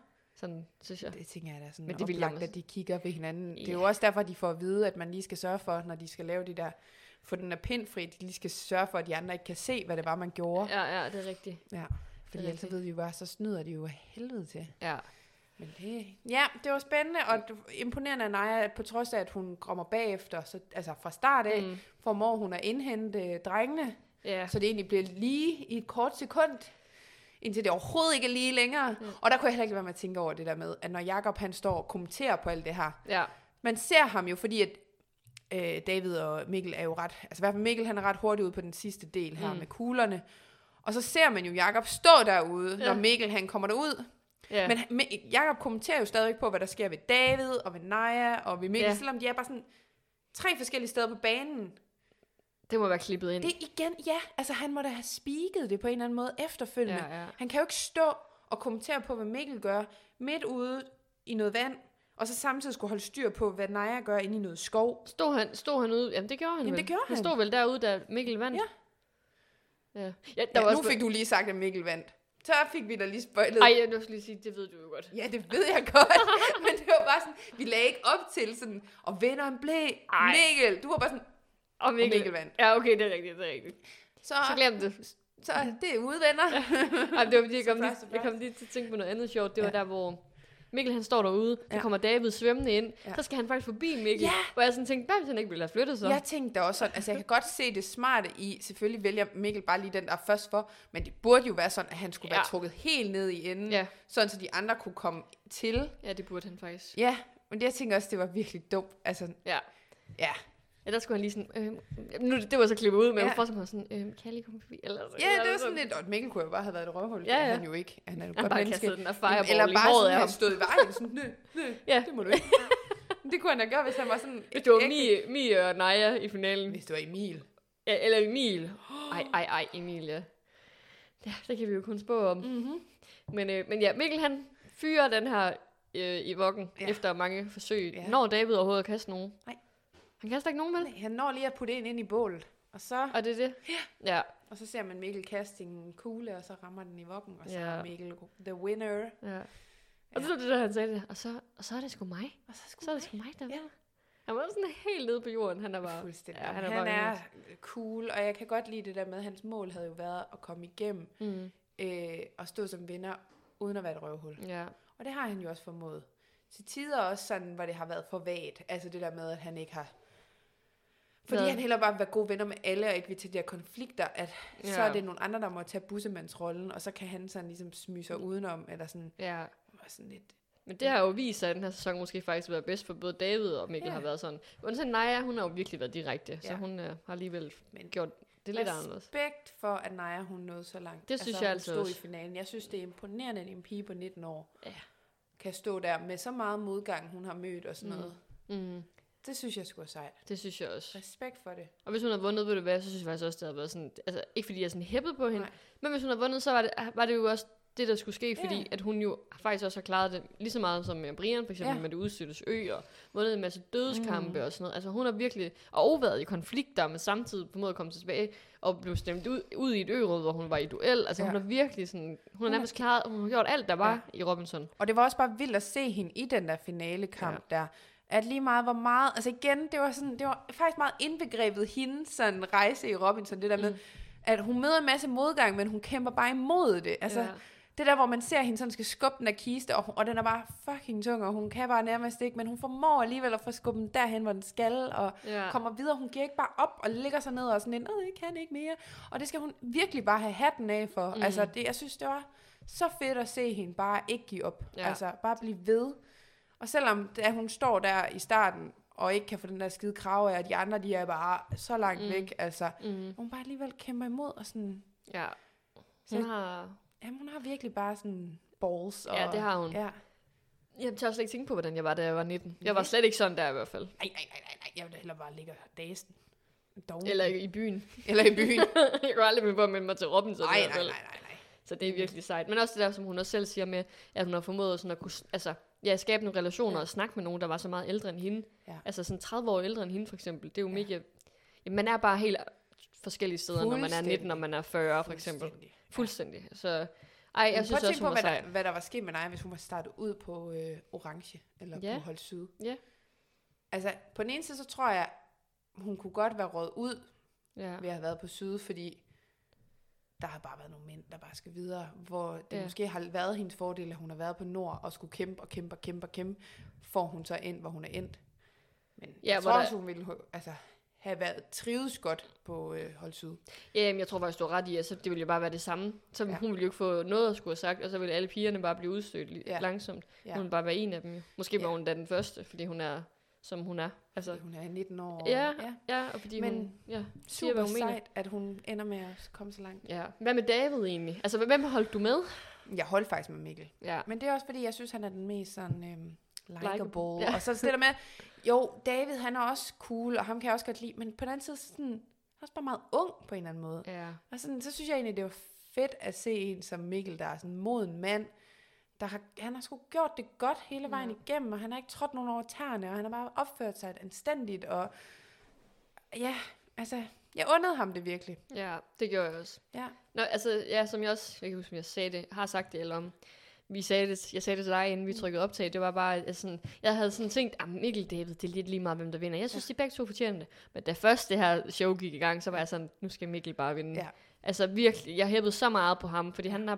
Sådan, synes jeg. Det tænker jeg da sådan men det oplagt, at de kigger ved hinanden. Det er jo også derfor, de får at vide, at man lige skal sørge for, når de skal lave de der, få den der pindfri, de lige skal sørge for, at de andre ikke kan se, hvad det var, man gjorde. Ja, det er rigtigt. Ja, fordi ellers ved vi jo bare, så snyder de jo af helvede til. Ja. Men det var spændende, og imponerende af Naja, på trods af, at hun kommer bagefter, så, altså fra start af, formår hun at indhente drengene, så det egentlig bliver lige i et kort sekund, indtil det overhovedet ikke er lige længere. Og der kunne jeg heller ikke være med at tænke over det der med, at når Jakob han står og kommenterer på alt det her, man ser ham jo, fordi at David og Mikkel er jo ret, altså i hvert fald Mikkel han er ret hurtigt ude på den sidste del her med kuglerne, og så ser man jo Jakob stå derude, når Mikkel han kommer derud. Ja. Men Jakob kommenterer jo stadig på, hvad der sker ved David, og ved Naja, og ved Mikkel, selvom de er bare sådan 3 forskellige steder på banen. Det må være klippet ind. Det igen, altså han må da have speaket det på en eller anden måde efterfølgende. Ja. Han kan jo ikke stå og kommentere på, hvad Mikkel gør, midt ude i noget vand, og så samtidig skulle holde styr på, hvad Naja gør inde i noget skov. Stod han ude? Jamen det gjorde han vel. Det gjorde han. Han stod vel derude, da Mikkel vandt? Ja, nu fik du lige sagt, at Mikkel vandt. Så fik vi da lige spoilet. Ej, jeg vil lige sige, det ved du jo godt. Ja, det ved jeg godt. Men det var bare sådan, vi lagde ikke op til sådan, og vinderen blev Mikkel. Du var bare sådan, og Mikkel vandt. Ja, okay, det er rigtigt. Så glem det. Så det er udvenner. Ej, det var fordi, jeg kom lige til at tænke på noget andet sjovt. Det var der, hvor Mikkel han står derude, så kommer David svømmende ind, så skal han faktisk forbi Mikkel, hvor jeg sådan tænkte, hvad hvis han ikke ville have flyttet så? Jeg tænkte også sådan, altså jeg kan godt se det smarte i, selvfølgelig vælger Mikkel bare lige den der først for, men det burde jo være sådan, at han skulle være trukket helt ned i enden, sådan så de andre kunne komme til. Ja, det burde han faktisk. Ja, men jeg tænker også, det var virkelig dumt, altså. Ja, der skulle han lige sådan, nu det var så klippet ud, men jeg får sådan, kan jeg lige komme forbi? Eller, det var sådan lidt, og Mikkel kunne jo bare have været et røvhul, det han jo ikke. Han er jo godt menneske. Den der fireball eller i bare håret sådan, han stod i vejen, sådan, det må du ikke. Det kunne han da gøre, hvis han var sådan. Hvis det var Mie og Naja i finalen. Hvis det var Emil. Ja, eller Emil. Ej, Emil, ja. Ja, det kan vi jo kun spå om. Men ja, Mikkel han fyrer den her i voggen, efter mange forsøg. Når David overhovedet at kaste nogen? Nej. Han kaster ikke nogen, vel? Nej, han når lige at putte ind i bålet. Og det er det? Ja. Og så ser man Mikkel kaste en kugle, og så rammer den i voggen, og så er Mikkel the winner. Ja. Og det var det, der han sagde det. Og så er det sgu mig. Så er det sgu mig, der var. Han var sådan helt nede på jorden. Han er bare fuldstændig. Ja, han er cool, og jeg kan godt lide det der med, at hans mål havde jo været at komme igennem og stå som vinder, uden at være et røvhul. Ja. Og det har han jo også formået. Til tider også sådan, hvor det har været for vagt. Altså det der med, at han ikke har. Fordi han heller bare vil være gode venner med alle, og ikke vil til de her konflikter, at så er det nogle andre, der må tage bussemandsrollen, og så kan han sådan ligesom smyge sig udenom, eller sådan, sådan lidt. Men det har jo vist sig, at den her sæson måske faktisk været bedst for både David og Mikkel har været sådan. Undtagen Naja, hun har jo virkelig været direkte, så hun har alligevel gjort det lidt anderledes. Respekt for, at Naja, hun nåede så langt. Det synes jeg altså stod i finalen. Jeg synes, det er imponerende, at en pige på 19 år kan stå der med så meget modgang, hun har mødt og sådan noget. Det synes jeg skulle sejt. Det synes jeg også. Respekt for det. Og hvis hun havde vundet, ved det hvad, så synes jeg faktisk også, det havde været sådan, altså ikke fordi jeg er sådan hæppet på hende, men hvis hun havde vundet, så var det jo også det, der skulle ske, fordi at hun jo faktisk også har klaret det lige så meget som Brian, for eksempel med det udstøttes ø, og vundet en masse dødskampe og sådan noget. Altså hun har virkelig, og været i konflikter, men samtidig på måde at komme tilbage, og blev stemt ud i et ø-råd, hvor hun var i duel. Altså hun har virkelig sådan, hun har nærmest klaret, hun har gjort alt, der var i Robinson. Og det var også bare vildt at se hende i den der finalekamp der, at lige meget hvor meget, altså igen, det var faktisk meget indbegrebet hendes sådan rejse i Robinson, det der med, at hun møder en masse modgang, men hun kæmper bare imod det. Altså, det der, hvor man ser hende sådan skal skubbe den af kiste, og den er bare fucking tung, og hun kan bare nærmest ikke, men hun formår alligevel at få skubben den derhen, hvor den skal, og kommer videre. Hun giver ikke bare op, og ligger sig ned og sådan en, jeg kan ikke mere. Og det skal hun virkelig bare have hatten af for. Altså, jeg synes, det var så fedt at se hende bare ikke give op. Altså, bare blive ved. Og selvom da hun står der i starten, og ikke kan få den der skide krav af, og de andre, de er bare så langt væk, altså, hun bare alligevel kæmper imod, og sådan. Ja. Hun har virkelig bare sådan balls. Og, det har hun. Ja. Jeg tør slet ikke tænke på, hvordan jeg var, da jeg var 19. Jeg var slet ikke sådan der i hvert fald. Nej. Jeg ville hellere bare ligge og dasen. Eller i byen. Jeg kunne aldrig blive på at melde mig til Robinson. Nej. Så det er virkelig sejt. Men også det der, som hun også selv siger med, at hun har formået sådan at kunne, skabe nogle relationer og snakke med nogen, der var så meget ældre end hende. Ja. Altså sådan 30 år ældre end hende for eksempel. Det er jo mega. Man er bare helt forskellige steder, når man er 19, og man er 40 for eksempel. Fuldstændig. Så, Ej, jeg synes også, hun var sej. Hvad der var sket med dig, hvis hun var startet ud på orange, eller på hold syd. Ja. Altså, på den ene side, så tror jeg, hun kunne godt være røget ud, ved at have været på syd, fordi der har bare været nogle mænd, der bare skal videre, hvor det måske har været hendes fordel, at hun har været på nord, og skulle kæmpe, får hun så ind, hvor hun er endt. Men jeg tror også, hun ville have været trives godt på hold syd. Ja, jeg tror faktisk, du har ret i, at det ville jo bare være det samme. Så hun ville jo ikke få noget at skulle have sagt, og så ville alle pigerne bare blive udstødt langsomt. Hun ville bare være en af dem. Måske var hun da den første, fordi hun er, som hun er. Altså, hun er 19 år. Ja, og fordi hun siger, hvad hun mener. Sejt, at hun ender med at komme så langt. Ja. Hvad med David egentlig? Altså, hvem holdt du med? Jeg holdt faktisk med Mikkel. Ja. Men det er også, fordi jeg synes, han er den mest sådan likeable. Ja. Og så stiller med, jo, David, han er også cool, og ham kan jeg også godt lide, men på den anden side, sådan, også bare meget ung på en eller anden måde. Ja. Og sådan, så synes jeg egentlig, det var fedt at se en som Mikkel, der er sådan en moden mand, han har sgu gjort det godt hele vejen igennem, og han har ikke trådt nogen over tæerne, og han har bare opført sig anstændigt, og ja, altså, jeg undrede ham det virkelig. Ja, det gjorde jeg også. Ja. Nå, altså, som jeg også, jeg kan huske, jeg sagde det, har sagt det, eller om, jeg sagde det til dig, inden vi trykkede optag, det var bare sådan, jeg havde sådan tænkt, Mikkel David, det er lidt lige meget, hvem der vinder. Jeg synes, de begge to fortjener det. Men da først det her show gik i gang, så var jeg sådan, nu skal Mikkel bare vinde. Ja. Altså virkelig, jeg hæppede så meget på ham, fordi han er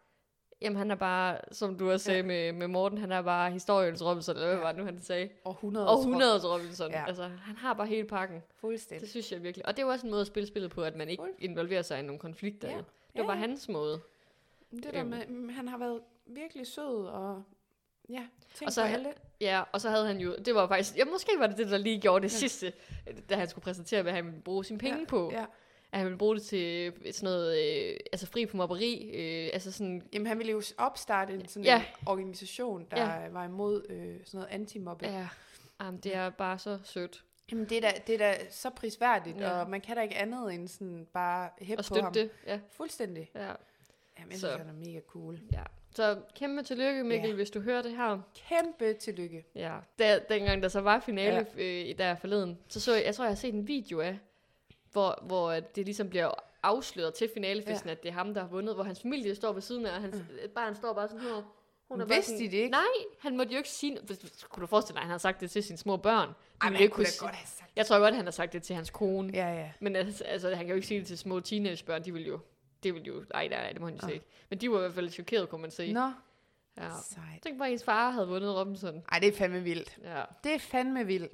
bare, som du også sagde med Morten, han er bare historiens Robinson, eller hvad var det nu, han sagde? Århundredets Robinson. Ja. Altså, han har bare hele pakken. Fuldstændig. Det synes jeg virkelig. Og det er jo også en måde at spille spillet på, at man ikke involverer sig i nogle konflikter. Ja. Det var bare hans måde. Det der med, han har været virkelig sød, og tænk på alle. Ja, og så havde han jo, det var faktisk, måske var det der lige gjorde det sidste, da han skulle præsentere, hvad han ville bruge sine penge på. Ja. At han ville bruge det til sådan noget, fri på mobberi, altså sådan... Jamen, han ville jo opstarte en sådan en organisation, der var imod sådan noget anti-mobbe. Ja, det er bare så sødt. Jamen, det er da så prisværdigt, og man kan da ikke andet end sådan bare hæppe på ham. Og støtte det, Fuldstændig. Ja. Jamen, jeg synes, han er mega cool. Ja. Så kæmpe tillykke, Mikkel, hvis du hører det her. Kæmpe tillykke. Ja. Dengang der så var finale der forleden, så jeg tror, jeg har set en video af, hvor det ligesom bliver afsløret til finalefesten, at det er ham, der har vundet, hvor hans familie står ved siden af, og hans barn står bare sådan her. Vidste de det ikke? Nej, han måtte jo ikke sige... Kunne du forestille dig, at han har sagt det til sine små børn? Ej, men kunne godt have sagt det. Jeg tror godt, han har sagt det til hans kone. Ja. Men altså, han kan jo ikke sige det til små teenagebørn. Det vil jo... Ej, det må han jo sige. Men de var i hvert fald chokeret, kunne man sige. Nå. Ja. Tænk bare, at ens far havde vundet Robinson. Ej, det er fandme vildt. Ja. Det er fandme vildt.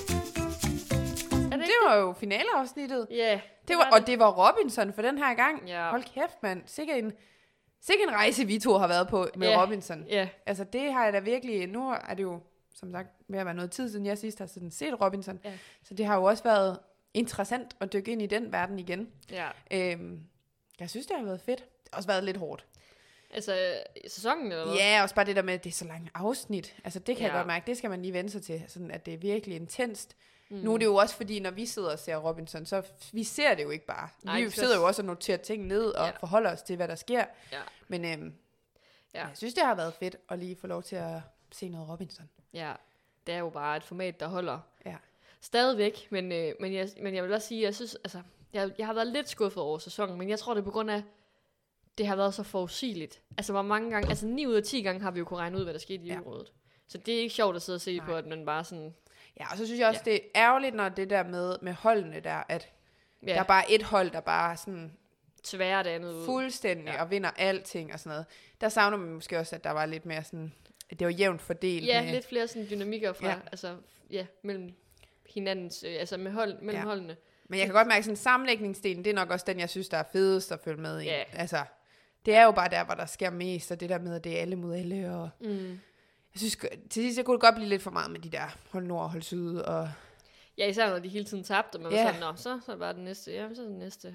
Det var jo finaleafsnittet. Ja. Og det var Robinson for den her gang. Ja. Hold kæft, mand. Sikke en rejse, vi to har været på med Robinson. Ja. Altså, det har jeg da virkelig... Nu er det jo, som sagt, ved at være noget tid siden jeg sidst har set Robinson. Ja. Så det har jo også været interessant at dykke ind i den verden igen. Ja. Jeg synes, det har været fedt. Det har også været lidt hårdt. Altså, sæsonen eller hvad? Ja, også bare det der med, at det er så langt afsnit. Altså, det kan jeg godt mærke. Det skal man lige vende sig til. Sådan, at det er virkelig intenst. Nu er det jo også fordi, når vi sidder og ser Robinson, så vi ser det jo ikke bare. Vi sidder jo også og noterer ting ned og forholder os til, hvad der sker. Ja. Men jeg synes, det har været fedt at lige få lov til at se noget Robinson. Ja, det er jo bare et format, der holder stadigvæk. Men jeg vil også sige, jeg synes, altså, jeg har været lidt skuffet over sæsonen, men jeg tror, det er på grund af, det har været så forudsigeligt. Altså, hvor mange gange, altså 9 ud af 10 gange har vi jo kunnet regne ud, hvad der skete i Europarådet. Så det er ikke sjovt at sidde og se på, at man bare sådan... Ja, og så synes jeg også, det er ærgerligt, når det der med holdene der, at der er bare et hold, der bare sådan... Tværer det andet ud. Fuldstændig, og vinder alting og sådan noget. Der savner man måske også, at der var lidt mere sådan... At det var jævnt fordelt. Ja, lidt flere sådan dynamikker fra, mellem hinandens... mellem holdene. Men jeg kan godt mærke, at sådan sammenlægningsdelen, det er nok også den, jeg synes, der er fedest at følge med i. Yeah. Altså, det er jo bare der, hvor der sker mest, og det der med, at det er alle mod alle, og... Jeg synes, til sidst, jeg kunne det godt blive lidt for meget med de der hold nord og hold syd, og... Ja, især når de hele tiden tabte, og man var sådan, så er det bare den næste, så er det næste,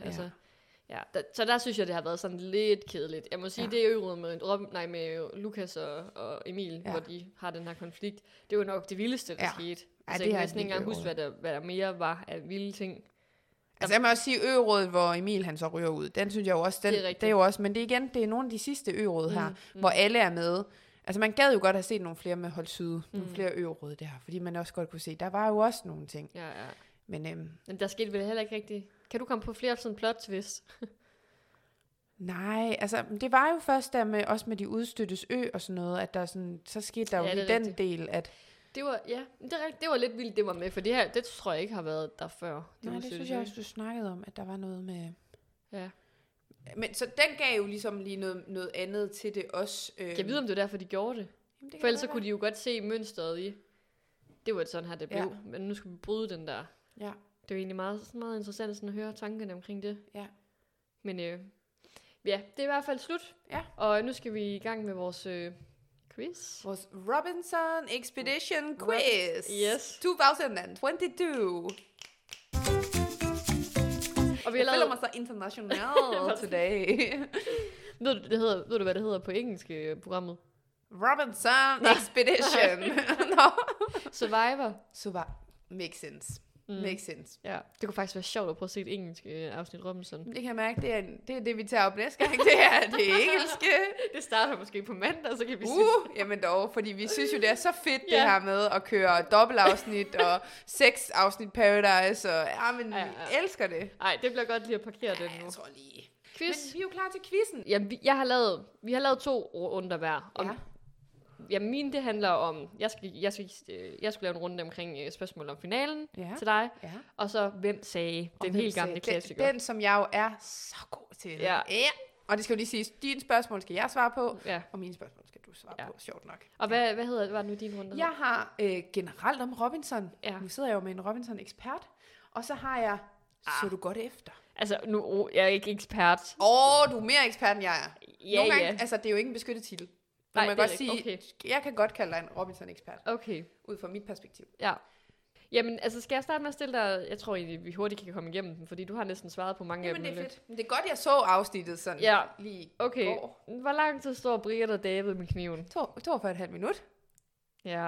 så der synes jeg, det har været sådan lidt kedeligt. Jeg må sige, det er jo med Lukas og Emil, hvor de har den her konflikt. Det var nok det vildeste, der skete. Altså, jeg kan næsten ikke engang huske, hvad der mere var af vilde ting. Altså, jeg må også sige ø-rådet, hvor Emil han så ryger ud. Den synes jeg jo også, det er jo også, men det er nogle af de sidste ø-råd her, hvor alle er med. Altså, man gad jo godt have set nogle flere med hold syd, nogle flere ø-råd der, fordi man også godt kunne se, der var jo også nogle ting. Ja. Men der skete vel heller ikke rigtigt. Kan du komme på flere sådan plot twist? Nej, altså det var jo først der med, også med de udstøttes ø og sådan noget, at der sådan, så skete der jo lige den del, at... Det var, det var lidt vildt, det var med, for det tror jeg ikke har været der før. Nej, det synes jeg også, du snakkede om, at der var noget med... Ja. Men så den gav jo ligesom lige noget andet til det også. Kan jeg vide, om det var derfor, de gjorde det? Jamen, det for ellers så kunne de jo godt se mønstret i. Det var sådan her, det blev. Men nu skal vi bryde den der. Ja. Det er jo egentlig meget interessant sådan at høre tankerne omkring det. Ja. Men ja, det er i hvert fald slut. Ja. Og nu skal vi i gang med vores quiz. Vores Robinson Expedition Quiz. Yes. 2022. Og vi har lavet... føler mig så international today. ved du, hvad det hedder på engelsk programmet? Robinson Expedition. Survivor. Makes sense. Makes sense. Ja, det kunne faktisk være sjovt at prøve at se et engelsk afsnit Robinson. Det kan jeg mærke, det er det, vi tager op næste gang. Det er det engelske. Det starter måske på mandag, så kan vi jamen dog, fordi vi synes jo, det er så fedt det her med at køre dobbeltafsnit og 6 afsnit Paradise. Og vi elsker det. Nej, det bliver godt lige at parkere den nu. Jeg tror lige. Quiz. Men vi er jo klar til quizzen. Jamen, vi har lavet 2 runder hver. Jamen, min det handler om, jeg skulle lave en runde omkring spørgsmål om finalen til dig, og så hvem sagde den helt gamle klassiker. Den, som jeg jo er så god til. Ja. Og det skal jo lige siges, dine spørgsmål skal jeg svare på, og mine spørgsmål skal du svare på, sjovt nok. Og hvad var nu din runde? Jeg har generelt om Robinson. Nu sidder jeg jo med en Robinson-ekspert, og så har jeg, så du godt efter. Altså, nu jeg er ikke ekspert. Du er mere ekspert, end jeg er. Nogle gange, altså, det er jo ikke en beskyttet titel. Nej, man kan godt sige, okay. Jeg kan godt kalde dig en Robinson-ekspert. Okay. Ud fra mit perspektiv. Ja. Jamen, altså, skal jeg starte med at stille dig... Jeg tror egentlig, vi hurtigt kan komme igennem den, fordi du har næsten svaret på mange af dem. Jamen, det er fedt. Det er godt, jeg så afsnittet sådan lige går. Hvor lang tid står Brian og David med kniven? 42,5 minut. Ja.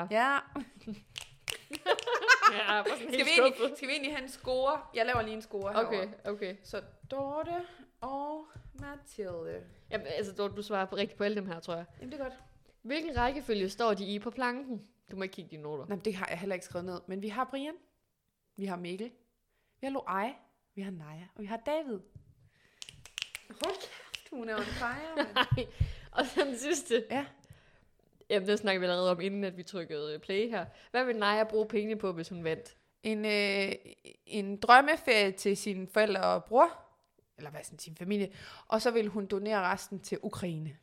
Skal vi egentlig have en score? Jeg laver lige en score herovre. Okay. Så Dorte og Mathilde. Jamen, altså, du svarer rigtigt på alle dem her, tror jeg. Jamen, det er godt. Hvilken rækkefølge står de i på planken? Du må ikke kigge dine noter. Nej, det har jeg heller ikke skrevet ned. Men vi har Brian, vi har Mikkel, vi har Loai, vi har Naja, og vi har David. Hold kæft, hun er jo en fejre. Nej, og så den sidste. Ja. Jamen, det snakker vi allerede om, inden at vi trykkede play her. Hvad vil Naja bruge penge på, hvis hun vandt? En drømmeferie til sine forældre og bror. Eller hvad sådan, sin familie. Og så vil hun donere resten til Ukraine.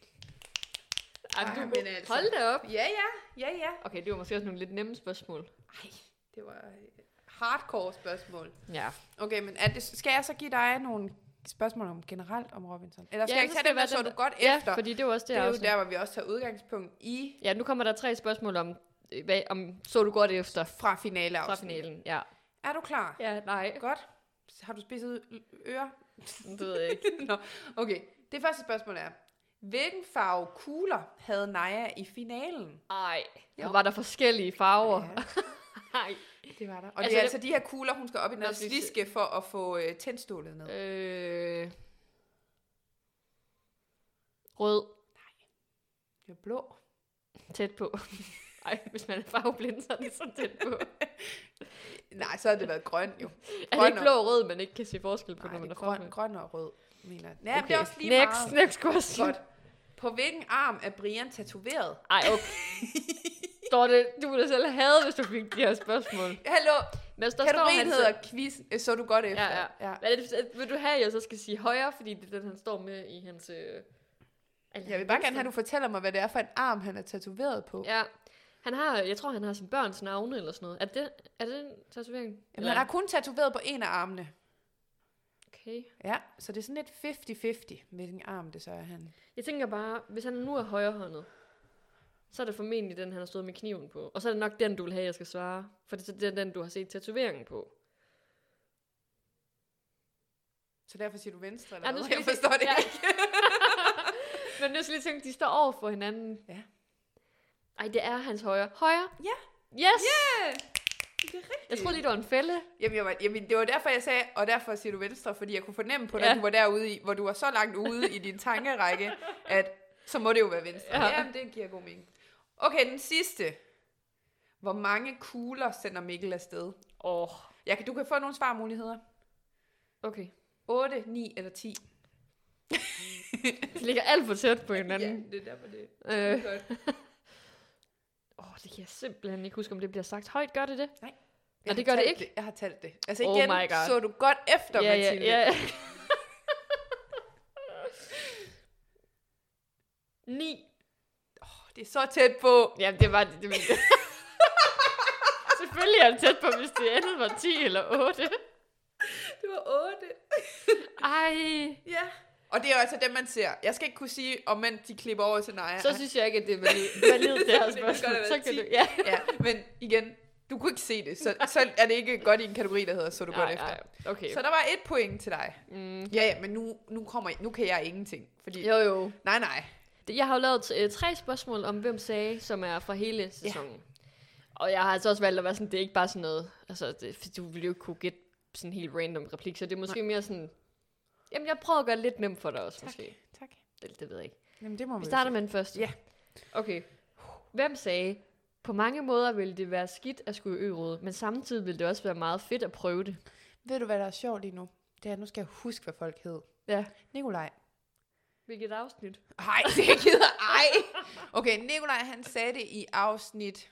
Altså. Hold da op. Ja. Okay, det var måske også nogle lidt nemme spørgsmål. Ej, det var hardcore spørgsmål. Ja. Okay, men skal jeg så give dig nogle spørgsmål om generelt om Robinson? Eller skal jeg ikke tage dem, så du godt efter? Ja, fordi det var også det. Det er jo der, hvor vi også tager udgangspunkt i... Ja, nu kommer der 3 spørgsmål om så du godt efter. Fra finaleafsnit. Fra finalen, ja. Er du klar? Ja, nej. Godt. Har du spidset ører? Det ved jeg ikke. Nå, okay. Det første spørgsmål er, hvilken farve kugler havde Naja i finalen? Ej, var der forskellige farver? Ja. Nej. Det var der. Og det er altså de her kugler, hun skal op i den her sliske for at få tændstålet ned. Rød. Nej. Det er blå. Tæt på. Ej, hvis man er farveblind, så er det så tæt på. Nej, så har det været grøn jo. Er det ikke blå og rød, man ikke kan se forskel på, når man er farveblind? Grøn og rød, mener jeg. Ja, okay. Det er også lige Next question. Godt. På hvilken arm er Brian tatoveret? Ej, okay. Dorte, du ville selv have, hvis du fik de her spørgsmål. Hallo. Men kategorien hedder quiz, så du godt efter. Ja. Vil du have, at jeg så skal sige højre, fordi det er den, han står med i hans... jeg vil bare gerne have, at du fortæller mig, hvad det er for en arm, han er tatoveret på. Ja. Jeg tror, han har sin børns navne eller sådan noget. Er det en tatovering? Jamen, han har kun tatoveret på en af armene. Okay. Ja, så det er sådan lidt 50-50, hvilken arm det så er han. Jeg tænker bare, hvis han nu er højrehåndet, så er det formentlig den, han har stået med kniven på. Og så er det nok den, du vil have, jeg skal svare. For det er den, du har set tatoveringen på. Så derfor siger du venstre, eller hvad? Jeg forstår det ikke. Men nu skal lige tænke, de står over for hinanden. Ja. Ej, det er hans højre. Højre? Ja. Yes! Yeah! Det er rigtigt. Jeg troede lige, det var en fælde. Jamen, det var derfor, jeg sagde, og derfor siger du venstre, fordi jeg kunne fornemme på dig, at du var derude i, hvor du var så langt ude i din tankerække, at så må det jo være venstre. Ja. Jamen, det giver god mening. Okay, den sidste. Hvor mange kugler sender Mikkel afsted? Du kan få nogle svarmuligheder. Okay. 8, 9 eller 10. Det ligger alt for tæt på hinanden. Ja, det er derfor det. Godt. Det kan jeg simpelthen ikke huske, om det bliver sagt højt. Gør det? Nej. Og det gør det ikke? Jeg har talt det. Altså igen, så du godt efter, Mathilde. Ja. 9. Det er så tæt på. Jamen, det var det. Selvfølgelig er det tæt på, hvis det andet var 10 eller 8. Det var 8. Ej. Ja. Og det er jo altså dem, man ser. Jeg skal ikke kunne sige, om mænd de klipper over til Naja. Så synes jeg ikke, at det er valid, det her spørgsmål. Så kan du, ja. Men igen, du kunne ikke se det. Så er det ikke godt i en kategori, der hedder, så du godt efter. Okay. Så der var 1 point til dig. Ja, men nu kan jeg ingenting. Fordi, Jo. Nej. Jeg har jo lavet 3 spørgsmål om hvem sagde, som er fra hele sæsonen. Ja. Og jeg har altså også valgt at være sådan, det er ikke bare sådan noget, altså du ville jo ikke kunne gætte sådan en helt random replik, så det er måske mere sådan, jamen jeg prøver at gøre det lidt nemt for dig også, måske. Tak. Det ved jeg ikke. Jamen det må vi starter med den første. Ja. Okay. Hvem sagde, på mange måder ville det være skidt at skulle i ø-rådet, men samtidig ville det også være meget fedt at prøve det. Ved du, hvad der er sjovt lige nu? Det er, nu skal jeg huske, hvad folk hed. Ja. Nikolaj. Hvilket afsnit? Ej, det gider ej. Okay, Nikolaj han sagde det i afsnit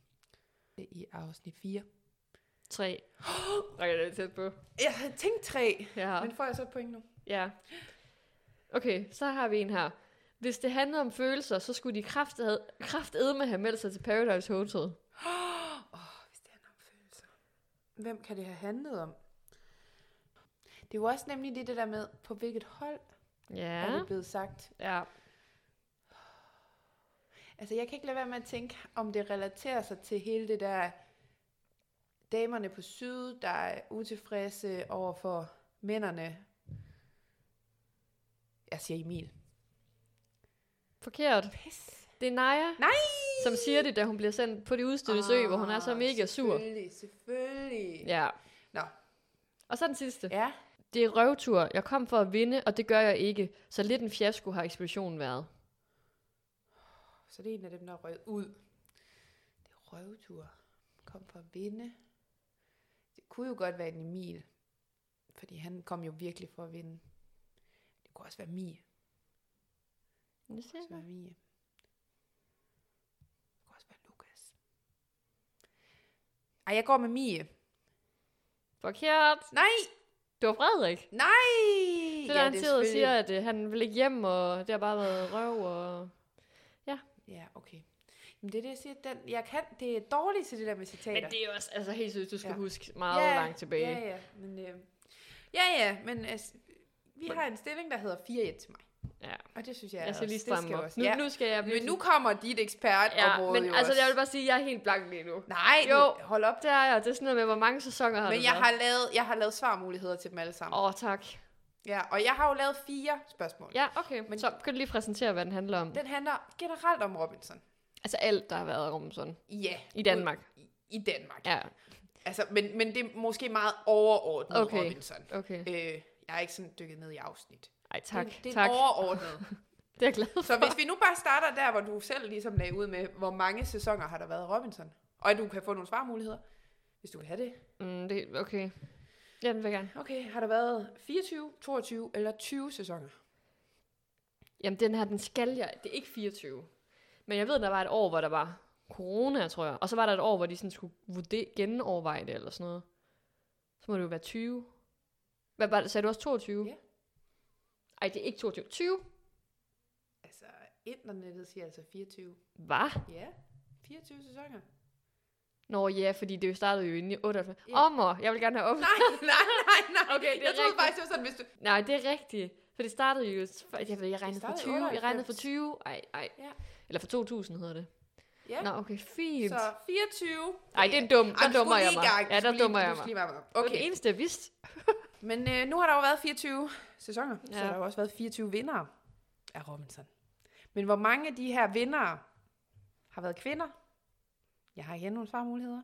4. 3. Okay, det er tæt på. Jeg havde tænkt 3, ja. Men får jeg så et point nu? Ja. Okay, så har vi en her. Hvis det handlede om følelser, så skulle de kraftedme have meldt sig til Paradise Hotel. Hvis det handler om følelser. Hvem kan det have handlet om? Det er jo også nemlig det der med, på hvilket hold er det blevet sagt. Ja. Altså, jeg kan ikke lade være med at tænke, om det relaterer sig til hele det der damerne på syd, der er utilfredse over for mændene. Jeg siger Emil. Forkert. Pis. Det er Naja, som siger det, da hun bliver sendt på det udstødte sø, hvor hun er så mega sur. Selvfølgelig. Ja. Nå. Og så den sidste. Ja. Det er røvtur. Jeg kom for at vinde, og det gør jeg ikke. Så lidt en fiasko har ekspeditionen været. Så det er en af dem, der er røget ud. Det er røvtur. Kom for at vinde. Det kunne jo godt være en Emil. Fordi han kom jo virkelig for at vinde. Det kunne også være Mie. Det kunne også være Mie. Det kunne også være Lukas. Ej, jeg går med Mie. Forkert. Nej! Det var Frederik. Nej! Det der han sidder og siger, at han vil ikke hjem, og det har bare været røv, og... Ja, okay. Men det er det, jeg siger. Det er dårligt til det der med citater. Men det er jo også altså, helt seriøst, du skal huske meget langt tilbage. Ja. Men vi har en stilling, der hedder 4-1 til mig. Ja. Og det synes jeg skal lige stramme op. Nu skal jeg men nu kommer dit ekspertområde men altså, jeg vil bare sige, at jeg er helt blank lige nu. Nej, hold op. Det er jeg. Det er sådan noget med, hvor mange sæsoner har men jeg har lavet svarmuligheder til dem alle sammen. Tak. Ja, og jeg har jo lavet 4 spørgsmål. Ja, okay. Men så kan du lige præsentere, hvad den handler om. Den handler generelt om Robinson. Altså alt, der har været Robinson. Ja. I Danmark. I Danmark. Ja. Altså, men det er måske meget overordnet Robinson. Okay. Jeg er ikke sådan dykket ned i afsnit. Ej, tak. Det er overordnet. Det er jeg glad for. Så hvis vi nu bare starter der, hvor du selv ligesom lagde ud med, hvor mange sæsoner har der været Robinson, og at du kan få nogle svarmuligheder, hvis du vil have det. Okay. Ja, den vil jeg gerne. Okay, har der været 24, 22 eller 20 sæsoner? Jamen, den skal jeg. Det er ikke 24. Men jeg ved, der var et år, hvor der var corona, tror jeg. Og så var der et år, hvor de sådan skulle genoverveje det, eller sådan noget. Så må det jo være 20. Hvad var det? Sagde du også 22? Ja. Ej, det er ikke 22. 20? Altså, internettet siger altså 24. Hvad? Ja, 24 sæsoner. Nå ja, fordi det startede jo i 98. Yeah. Jeg vil gerne have op. Nej. Okay, jeg troede faktisk, det var sådan, hvis du... Nej, det er rigtigt. For det startede jo... Jeg regnede for 20. 98. Jeg regnede for 20. Ej. Ja. Eller for 2000 hedder det. Ja. Nå, okay, fint. Så 24. Ej, det er dumt. Der dummer jeg mig. Ja, der dummer jeg mig. Okay. Det var det eneste, jeg vidste. Men nu har der jo været 24 sæsoner, så der har jo også været 24 vindere af Robinson. Men hvor mange af de her vindere har været kvinder? Jeg har igen nogle svarmuligheder.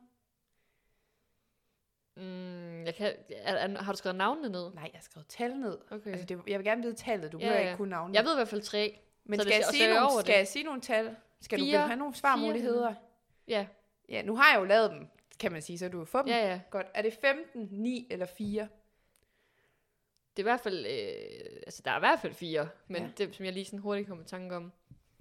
Har du skrevet navnene ned? Nej, jeg har skrevet tal ned. Okay. Altså jeg vil gerne vide tallet, du behøver ikke kunne navnene. Jeg ved i hvert fald 3. Men skal jeg sige nogle tal? Skal 4, du have nogle svarmuligheder? Ja. Ja, nu har jeg jo lavet dem, kan man sige, så du har fået dem. Ja. Godt. Er det 15, 9 eller 4? det er i hvert fald, altså der er i hvert fald 4, men det, som jeg lige sådan hurtigt kommer i tanke om.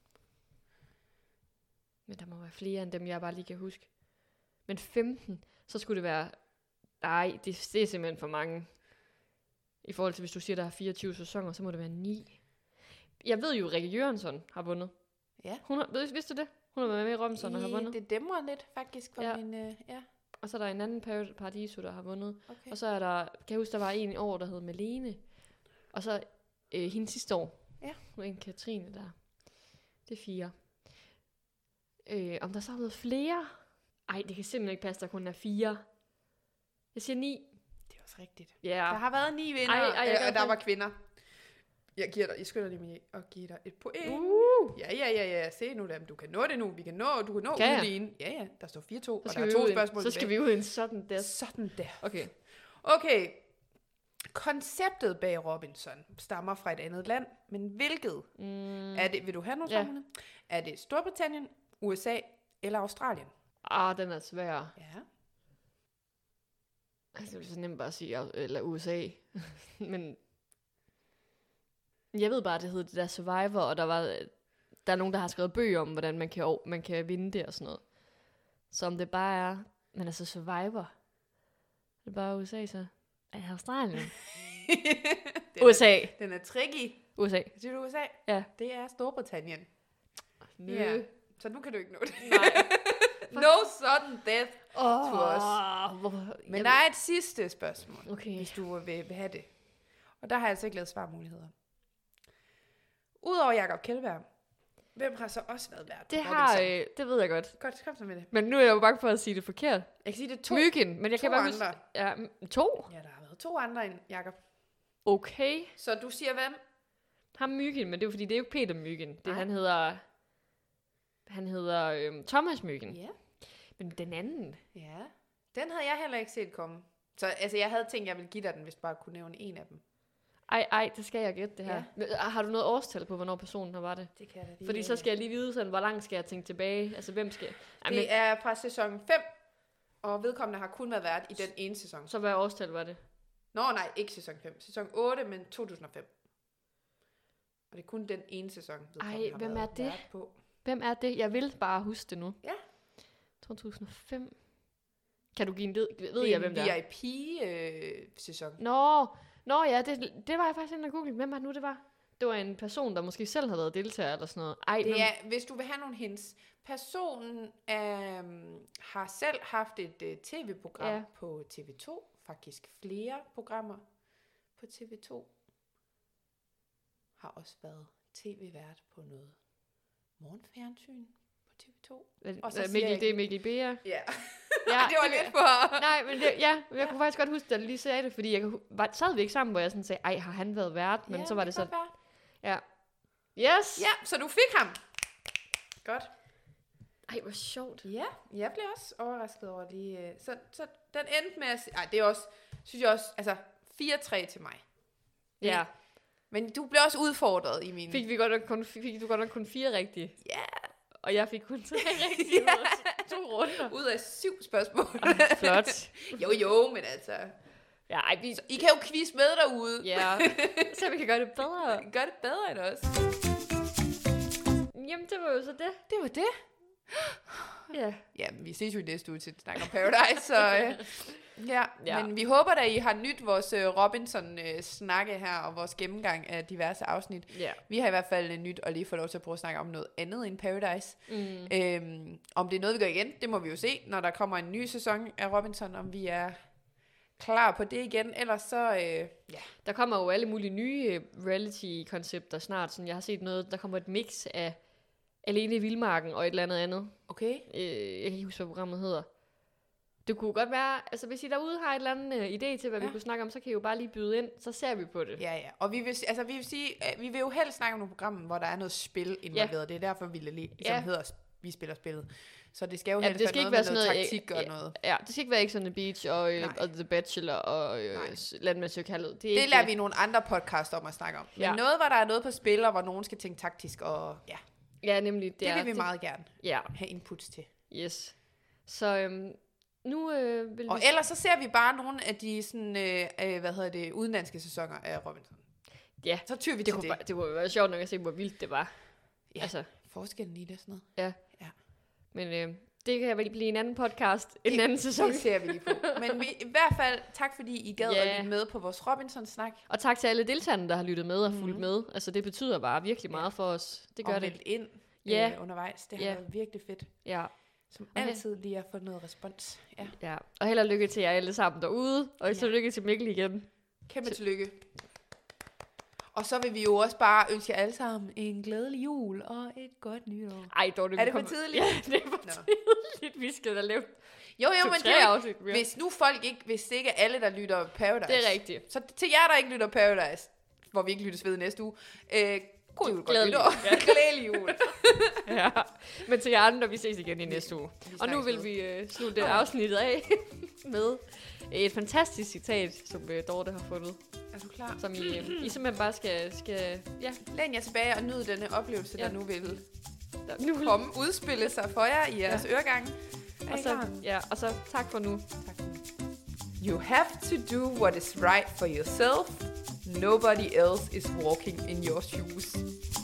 Men der må være flere end dem, jeg bare lige kan huske. Men 15, så skulle det være, nej, det er simpelthen for mange. I forhold til, hvis du siger, der er 24 sæsoner, så må det være 9. Jeg ved jo, Rikke Jørgensen har vundet. Ja. Vidste du det? Hun har været med i Robinson og har vundet. Det dæmrer lidt, faktisk, for min... Og så er der en anden Paradiso, der har vundet. Okay. Og så er der, kan jeg huske, der var en år, der hed Malene. Og så hende sidste år. Ja. Og en Katrine der. Det er 4. Om der så har været flere? Ej, det kan simpelthen ikke passe, der kun er 4. Jeg siger 9. Det er også rigtigt. Ja. Der har været 9 vinder, og der var kvinder. Jeg skylder lige at give dig et point. Ja. Se nu, du kan nå det nu. Du kan nå udlignen. Ja, der står 4-2, og der er 2 spørgsmål. Så skal vi ud i en sådan der. Sådan der. Okay. Konceptet bag Robinson stammer fra et andet land, men hvilket? Er det, vil du have nogle spørgsmål? Er det Storbritannien, USA eller Australien? Den er svær. Ja. Altså, det er så nemt bare at sige, eller USA. Men jeg ved bare, at det hedder det der Survivor, og der er nogen, der har skrevet bøger om, hvordan man kan vinde det og sådan noget. Så om det bare er, men altså Survivor, det er bare USA så. Er Australien? USA. Den er tricky. USA. Siger du USA? Ja. Det er Storbritannien. Ja. Så nu kan du ikke nå det. Nej. No sudden death to us. Men der er et sidste spørgsmål, hvis du vil have det. Og der har jeg altså ikke lavet svarmuligheder. Udover Jakob Kjeldberg, hvem har så også været vært? Det ved jeg godt. Godt, kom så med det. Men nu er jeg jo bange for at sige det forkert. Jeg kan sige det 2. Myggen, men jeg kan bare huske... Ja, 2? Ja, der har været 2 andre end Jakob. Okay. Så du siger hvem? Ham Myggen, men det er jo fordi, det er jo ikke Peter Myggen. Han hedder Thomas Myggen. Ja. Men den anden... Ja, den havde jeg heller ikke set komme. Så altså, jeg havde tænkt, jeg ville give dig den, hvis du bare kunne nævne en af dem. Ej, det skal jeg gætte det her. Ja. Har du noget årstal på, hvornår personen har var det? Det kan jeg da lige. Fordi så skal jeg lige vide, sådan, hvor langt skal jeg tænke tilbage? Altså, hvem skal... Det er fra sæson 5, og vedkommende har kun været vært i den ene sæson. Så hvad årstal var det? Nej, ikke sæson 5. Sæson 8, men 2005. Og det er kun den ene sæson, hvem er det? På. Hvem er det? Jeg vil bare huske det nu. Ja. 2005. Kan du give en ved jeg, hvem det er? Det er en VIP-sæson. Nå ja, det var jeg faktisk inde og google. Hvem var det nu, det var? Det var en person, der måske selv havde været deltager eller sådan noget. Hvis du vil have nogle hints. Personen har selv haft et tv-program på TV2. Faktisk flere programmer på TV2. Har også været tv-vært på noget morgenfjernsyn på TV2. Og så det er Mikkel Beer. Ja. Det var lidt for... Nej, men jeg kunne faktisk godt huske, at du lige sagde det, fordi sad vi ikke sammen, hvor jeg sådan sagde, har han været vært? Men så var det så... Ja. Yes! Ja, så du fik ham. Godt. Ej, hvor sjovt. Ja, jeg blev også overrasket over de... Så den endte med at... det er også... Synes jeg også... Altså, 4-3 til mig. Ja. Men du blev også udfordret i min... Fik du godt nok kun 4 rigtige? Ja. Og jeg fik kun 3 rigtige. 2 runder. Ud af 7 spørgsmål. Flot. Jo, men altså... Ja, så I kan jo quiz med derude. Ja, så vi kan gøre det bedre. Gør det bedre end os. Jamen, det var jo så det. Det var det. Ja, vi ses jo i næste uge til at snakke om Paradise, så... Men vi håber da, I har nyt vores Robinson-snakke her, og vores gennemgang af diverse afsnit. Ja. Vi har i hvert fald nyt at lige få lov til at prøve at snakke om noget andet end Paradise. Om det er noget, vi gør igen, det må vi jo se, når der kommer en ny sæson af Robinson, om vi er klar på det igen. Ellers så, Der kommer jo alle mulige nye reality-koncepter snart. Sådan, jeg har set noget, der kommer et mix af Alene i Vildmarken og et eller andet. Okay. Jeg kan ikke huske, hvad programmet hedder. Det kunne godt være, altså hvis I derude har et eller andet idé til, hvad vi kunne snakke om, så kan I jo bare lige byde ind, så ser vi på det. Ja. Og vi vil sige, vi vil jo helst snakke om nogle programmer, hvor der er noget spil involveret. Det er derfor, vi lige hedder, vi spiller spillet. Så det skal jo helst det skal være ikke noget være med noget taktik og noget. Ja, det skal ikke være X on the Beach og The Bachelor og Landmandsøkaldet. Det lader vi nogle andre podcasts om at snakke om. Men noget, hvor der er noget på spil, og hvor nogen skal tænke taktisk og Ja, nemlig. Det vil vi meget gerne have inputs til. Yes. Så Nu vil og ellers så ser vi bare nogle af de sådan, udenlandske sæsoner af Robinson. Ja, så tyr vi til det. Det kunne være sjovt nok at se, hvor vildt det var. Ja, altså, forskellen i det sådan noget. Ja. Men det kan vel blive en anden podcast, en anden sæson. Det ser vi lige på. Men i hvert fald, tak fordi I gad at lytte med på vores Robinson-snak. Og tak til alle deltagerne, der har lyttet med og fulgt med. Altså, det betyder bare virkelig meget for os. Det gør det. Ind undervejs. Det har været virkelig fedt. Ja. Som altid lige at få noget respons. Ja. Og held og lykke til jer alle sammen derude. Og så lykke til Mikkel igen. Kæmpe tillykke. Og så vil vi jo også bare ønske jer alle sammen en glædelig jul og et godt nytår. Ej, dog, er det for tidligt? Ja, det er for tidligt. Vi skal da lave jo, men det er jo, hvis nu folk ikke, hvis det ikke er alle, der lytter Paradise. Det er rigtigt. Så til jer, der ikke lytter Paradise, hvor vi ikke lyttes ved næste uge, god jul, godt nytår. Glædelig jul. Ja, men til jer andre, vi ses igen i næste uge. Og nu vil vi slutte afsnittet af med et fantastisk citat, som Dorte har fundet. Er du klar? Som I simpelthen bare skal læn jer tilbage og nyde denne oplevelse, der nu vil udspille sig for jer i jeres øregang. Og så tak for nu. You have to do what is right for yourself. Nobody else is walking in your shoes.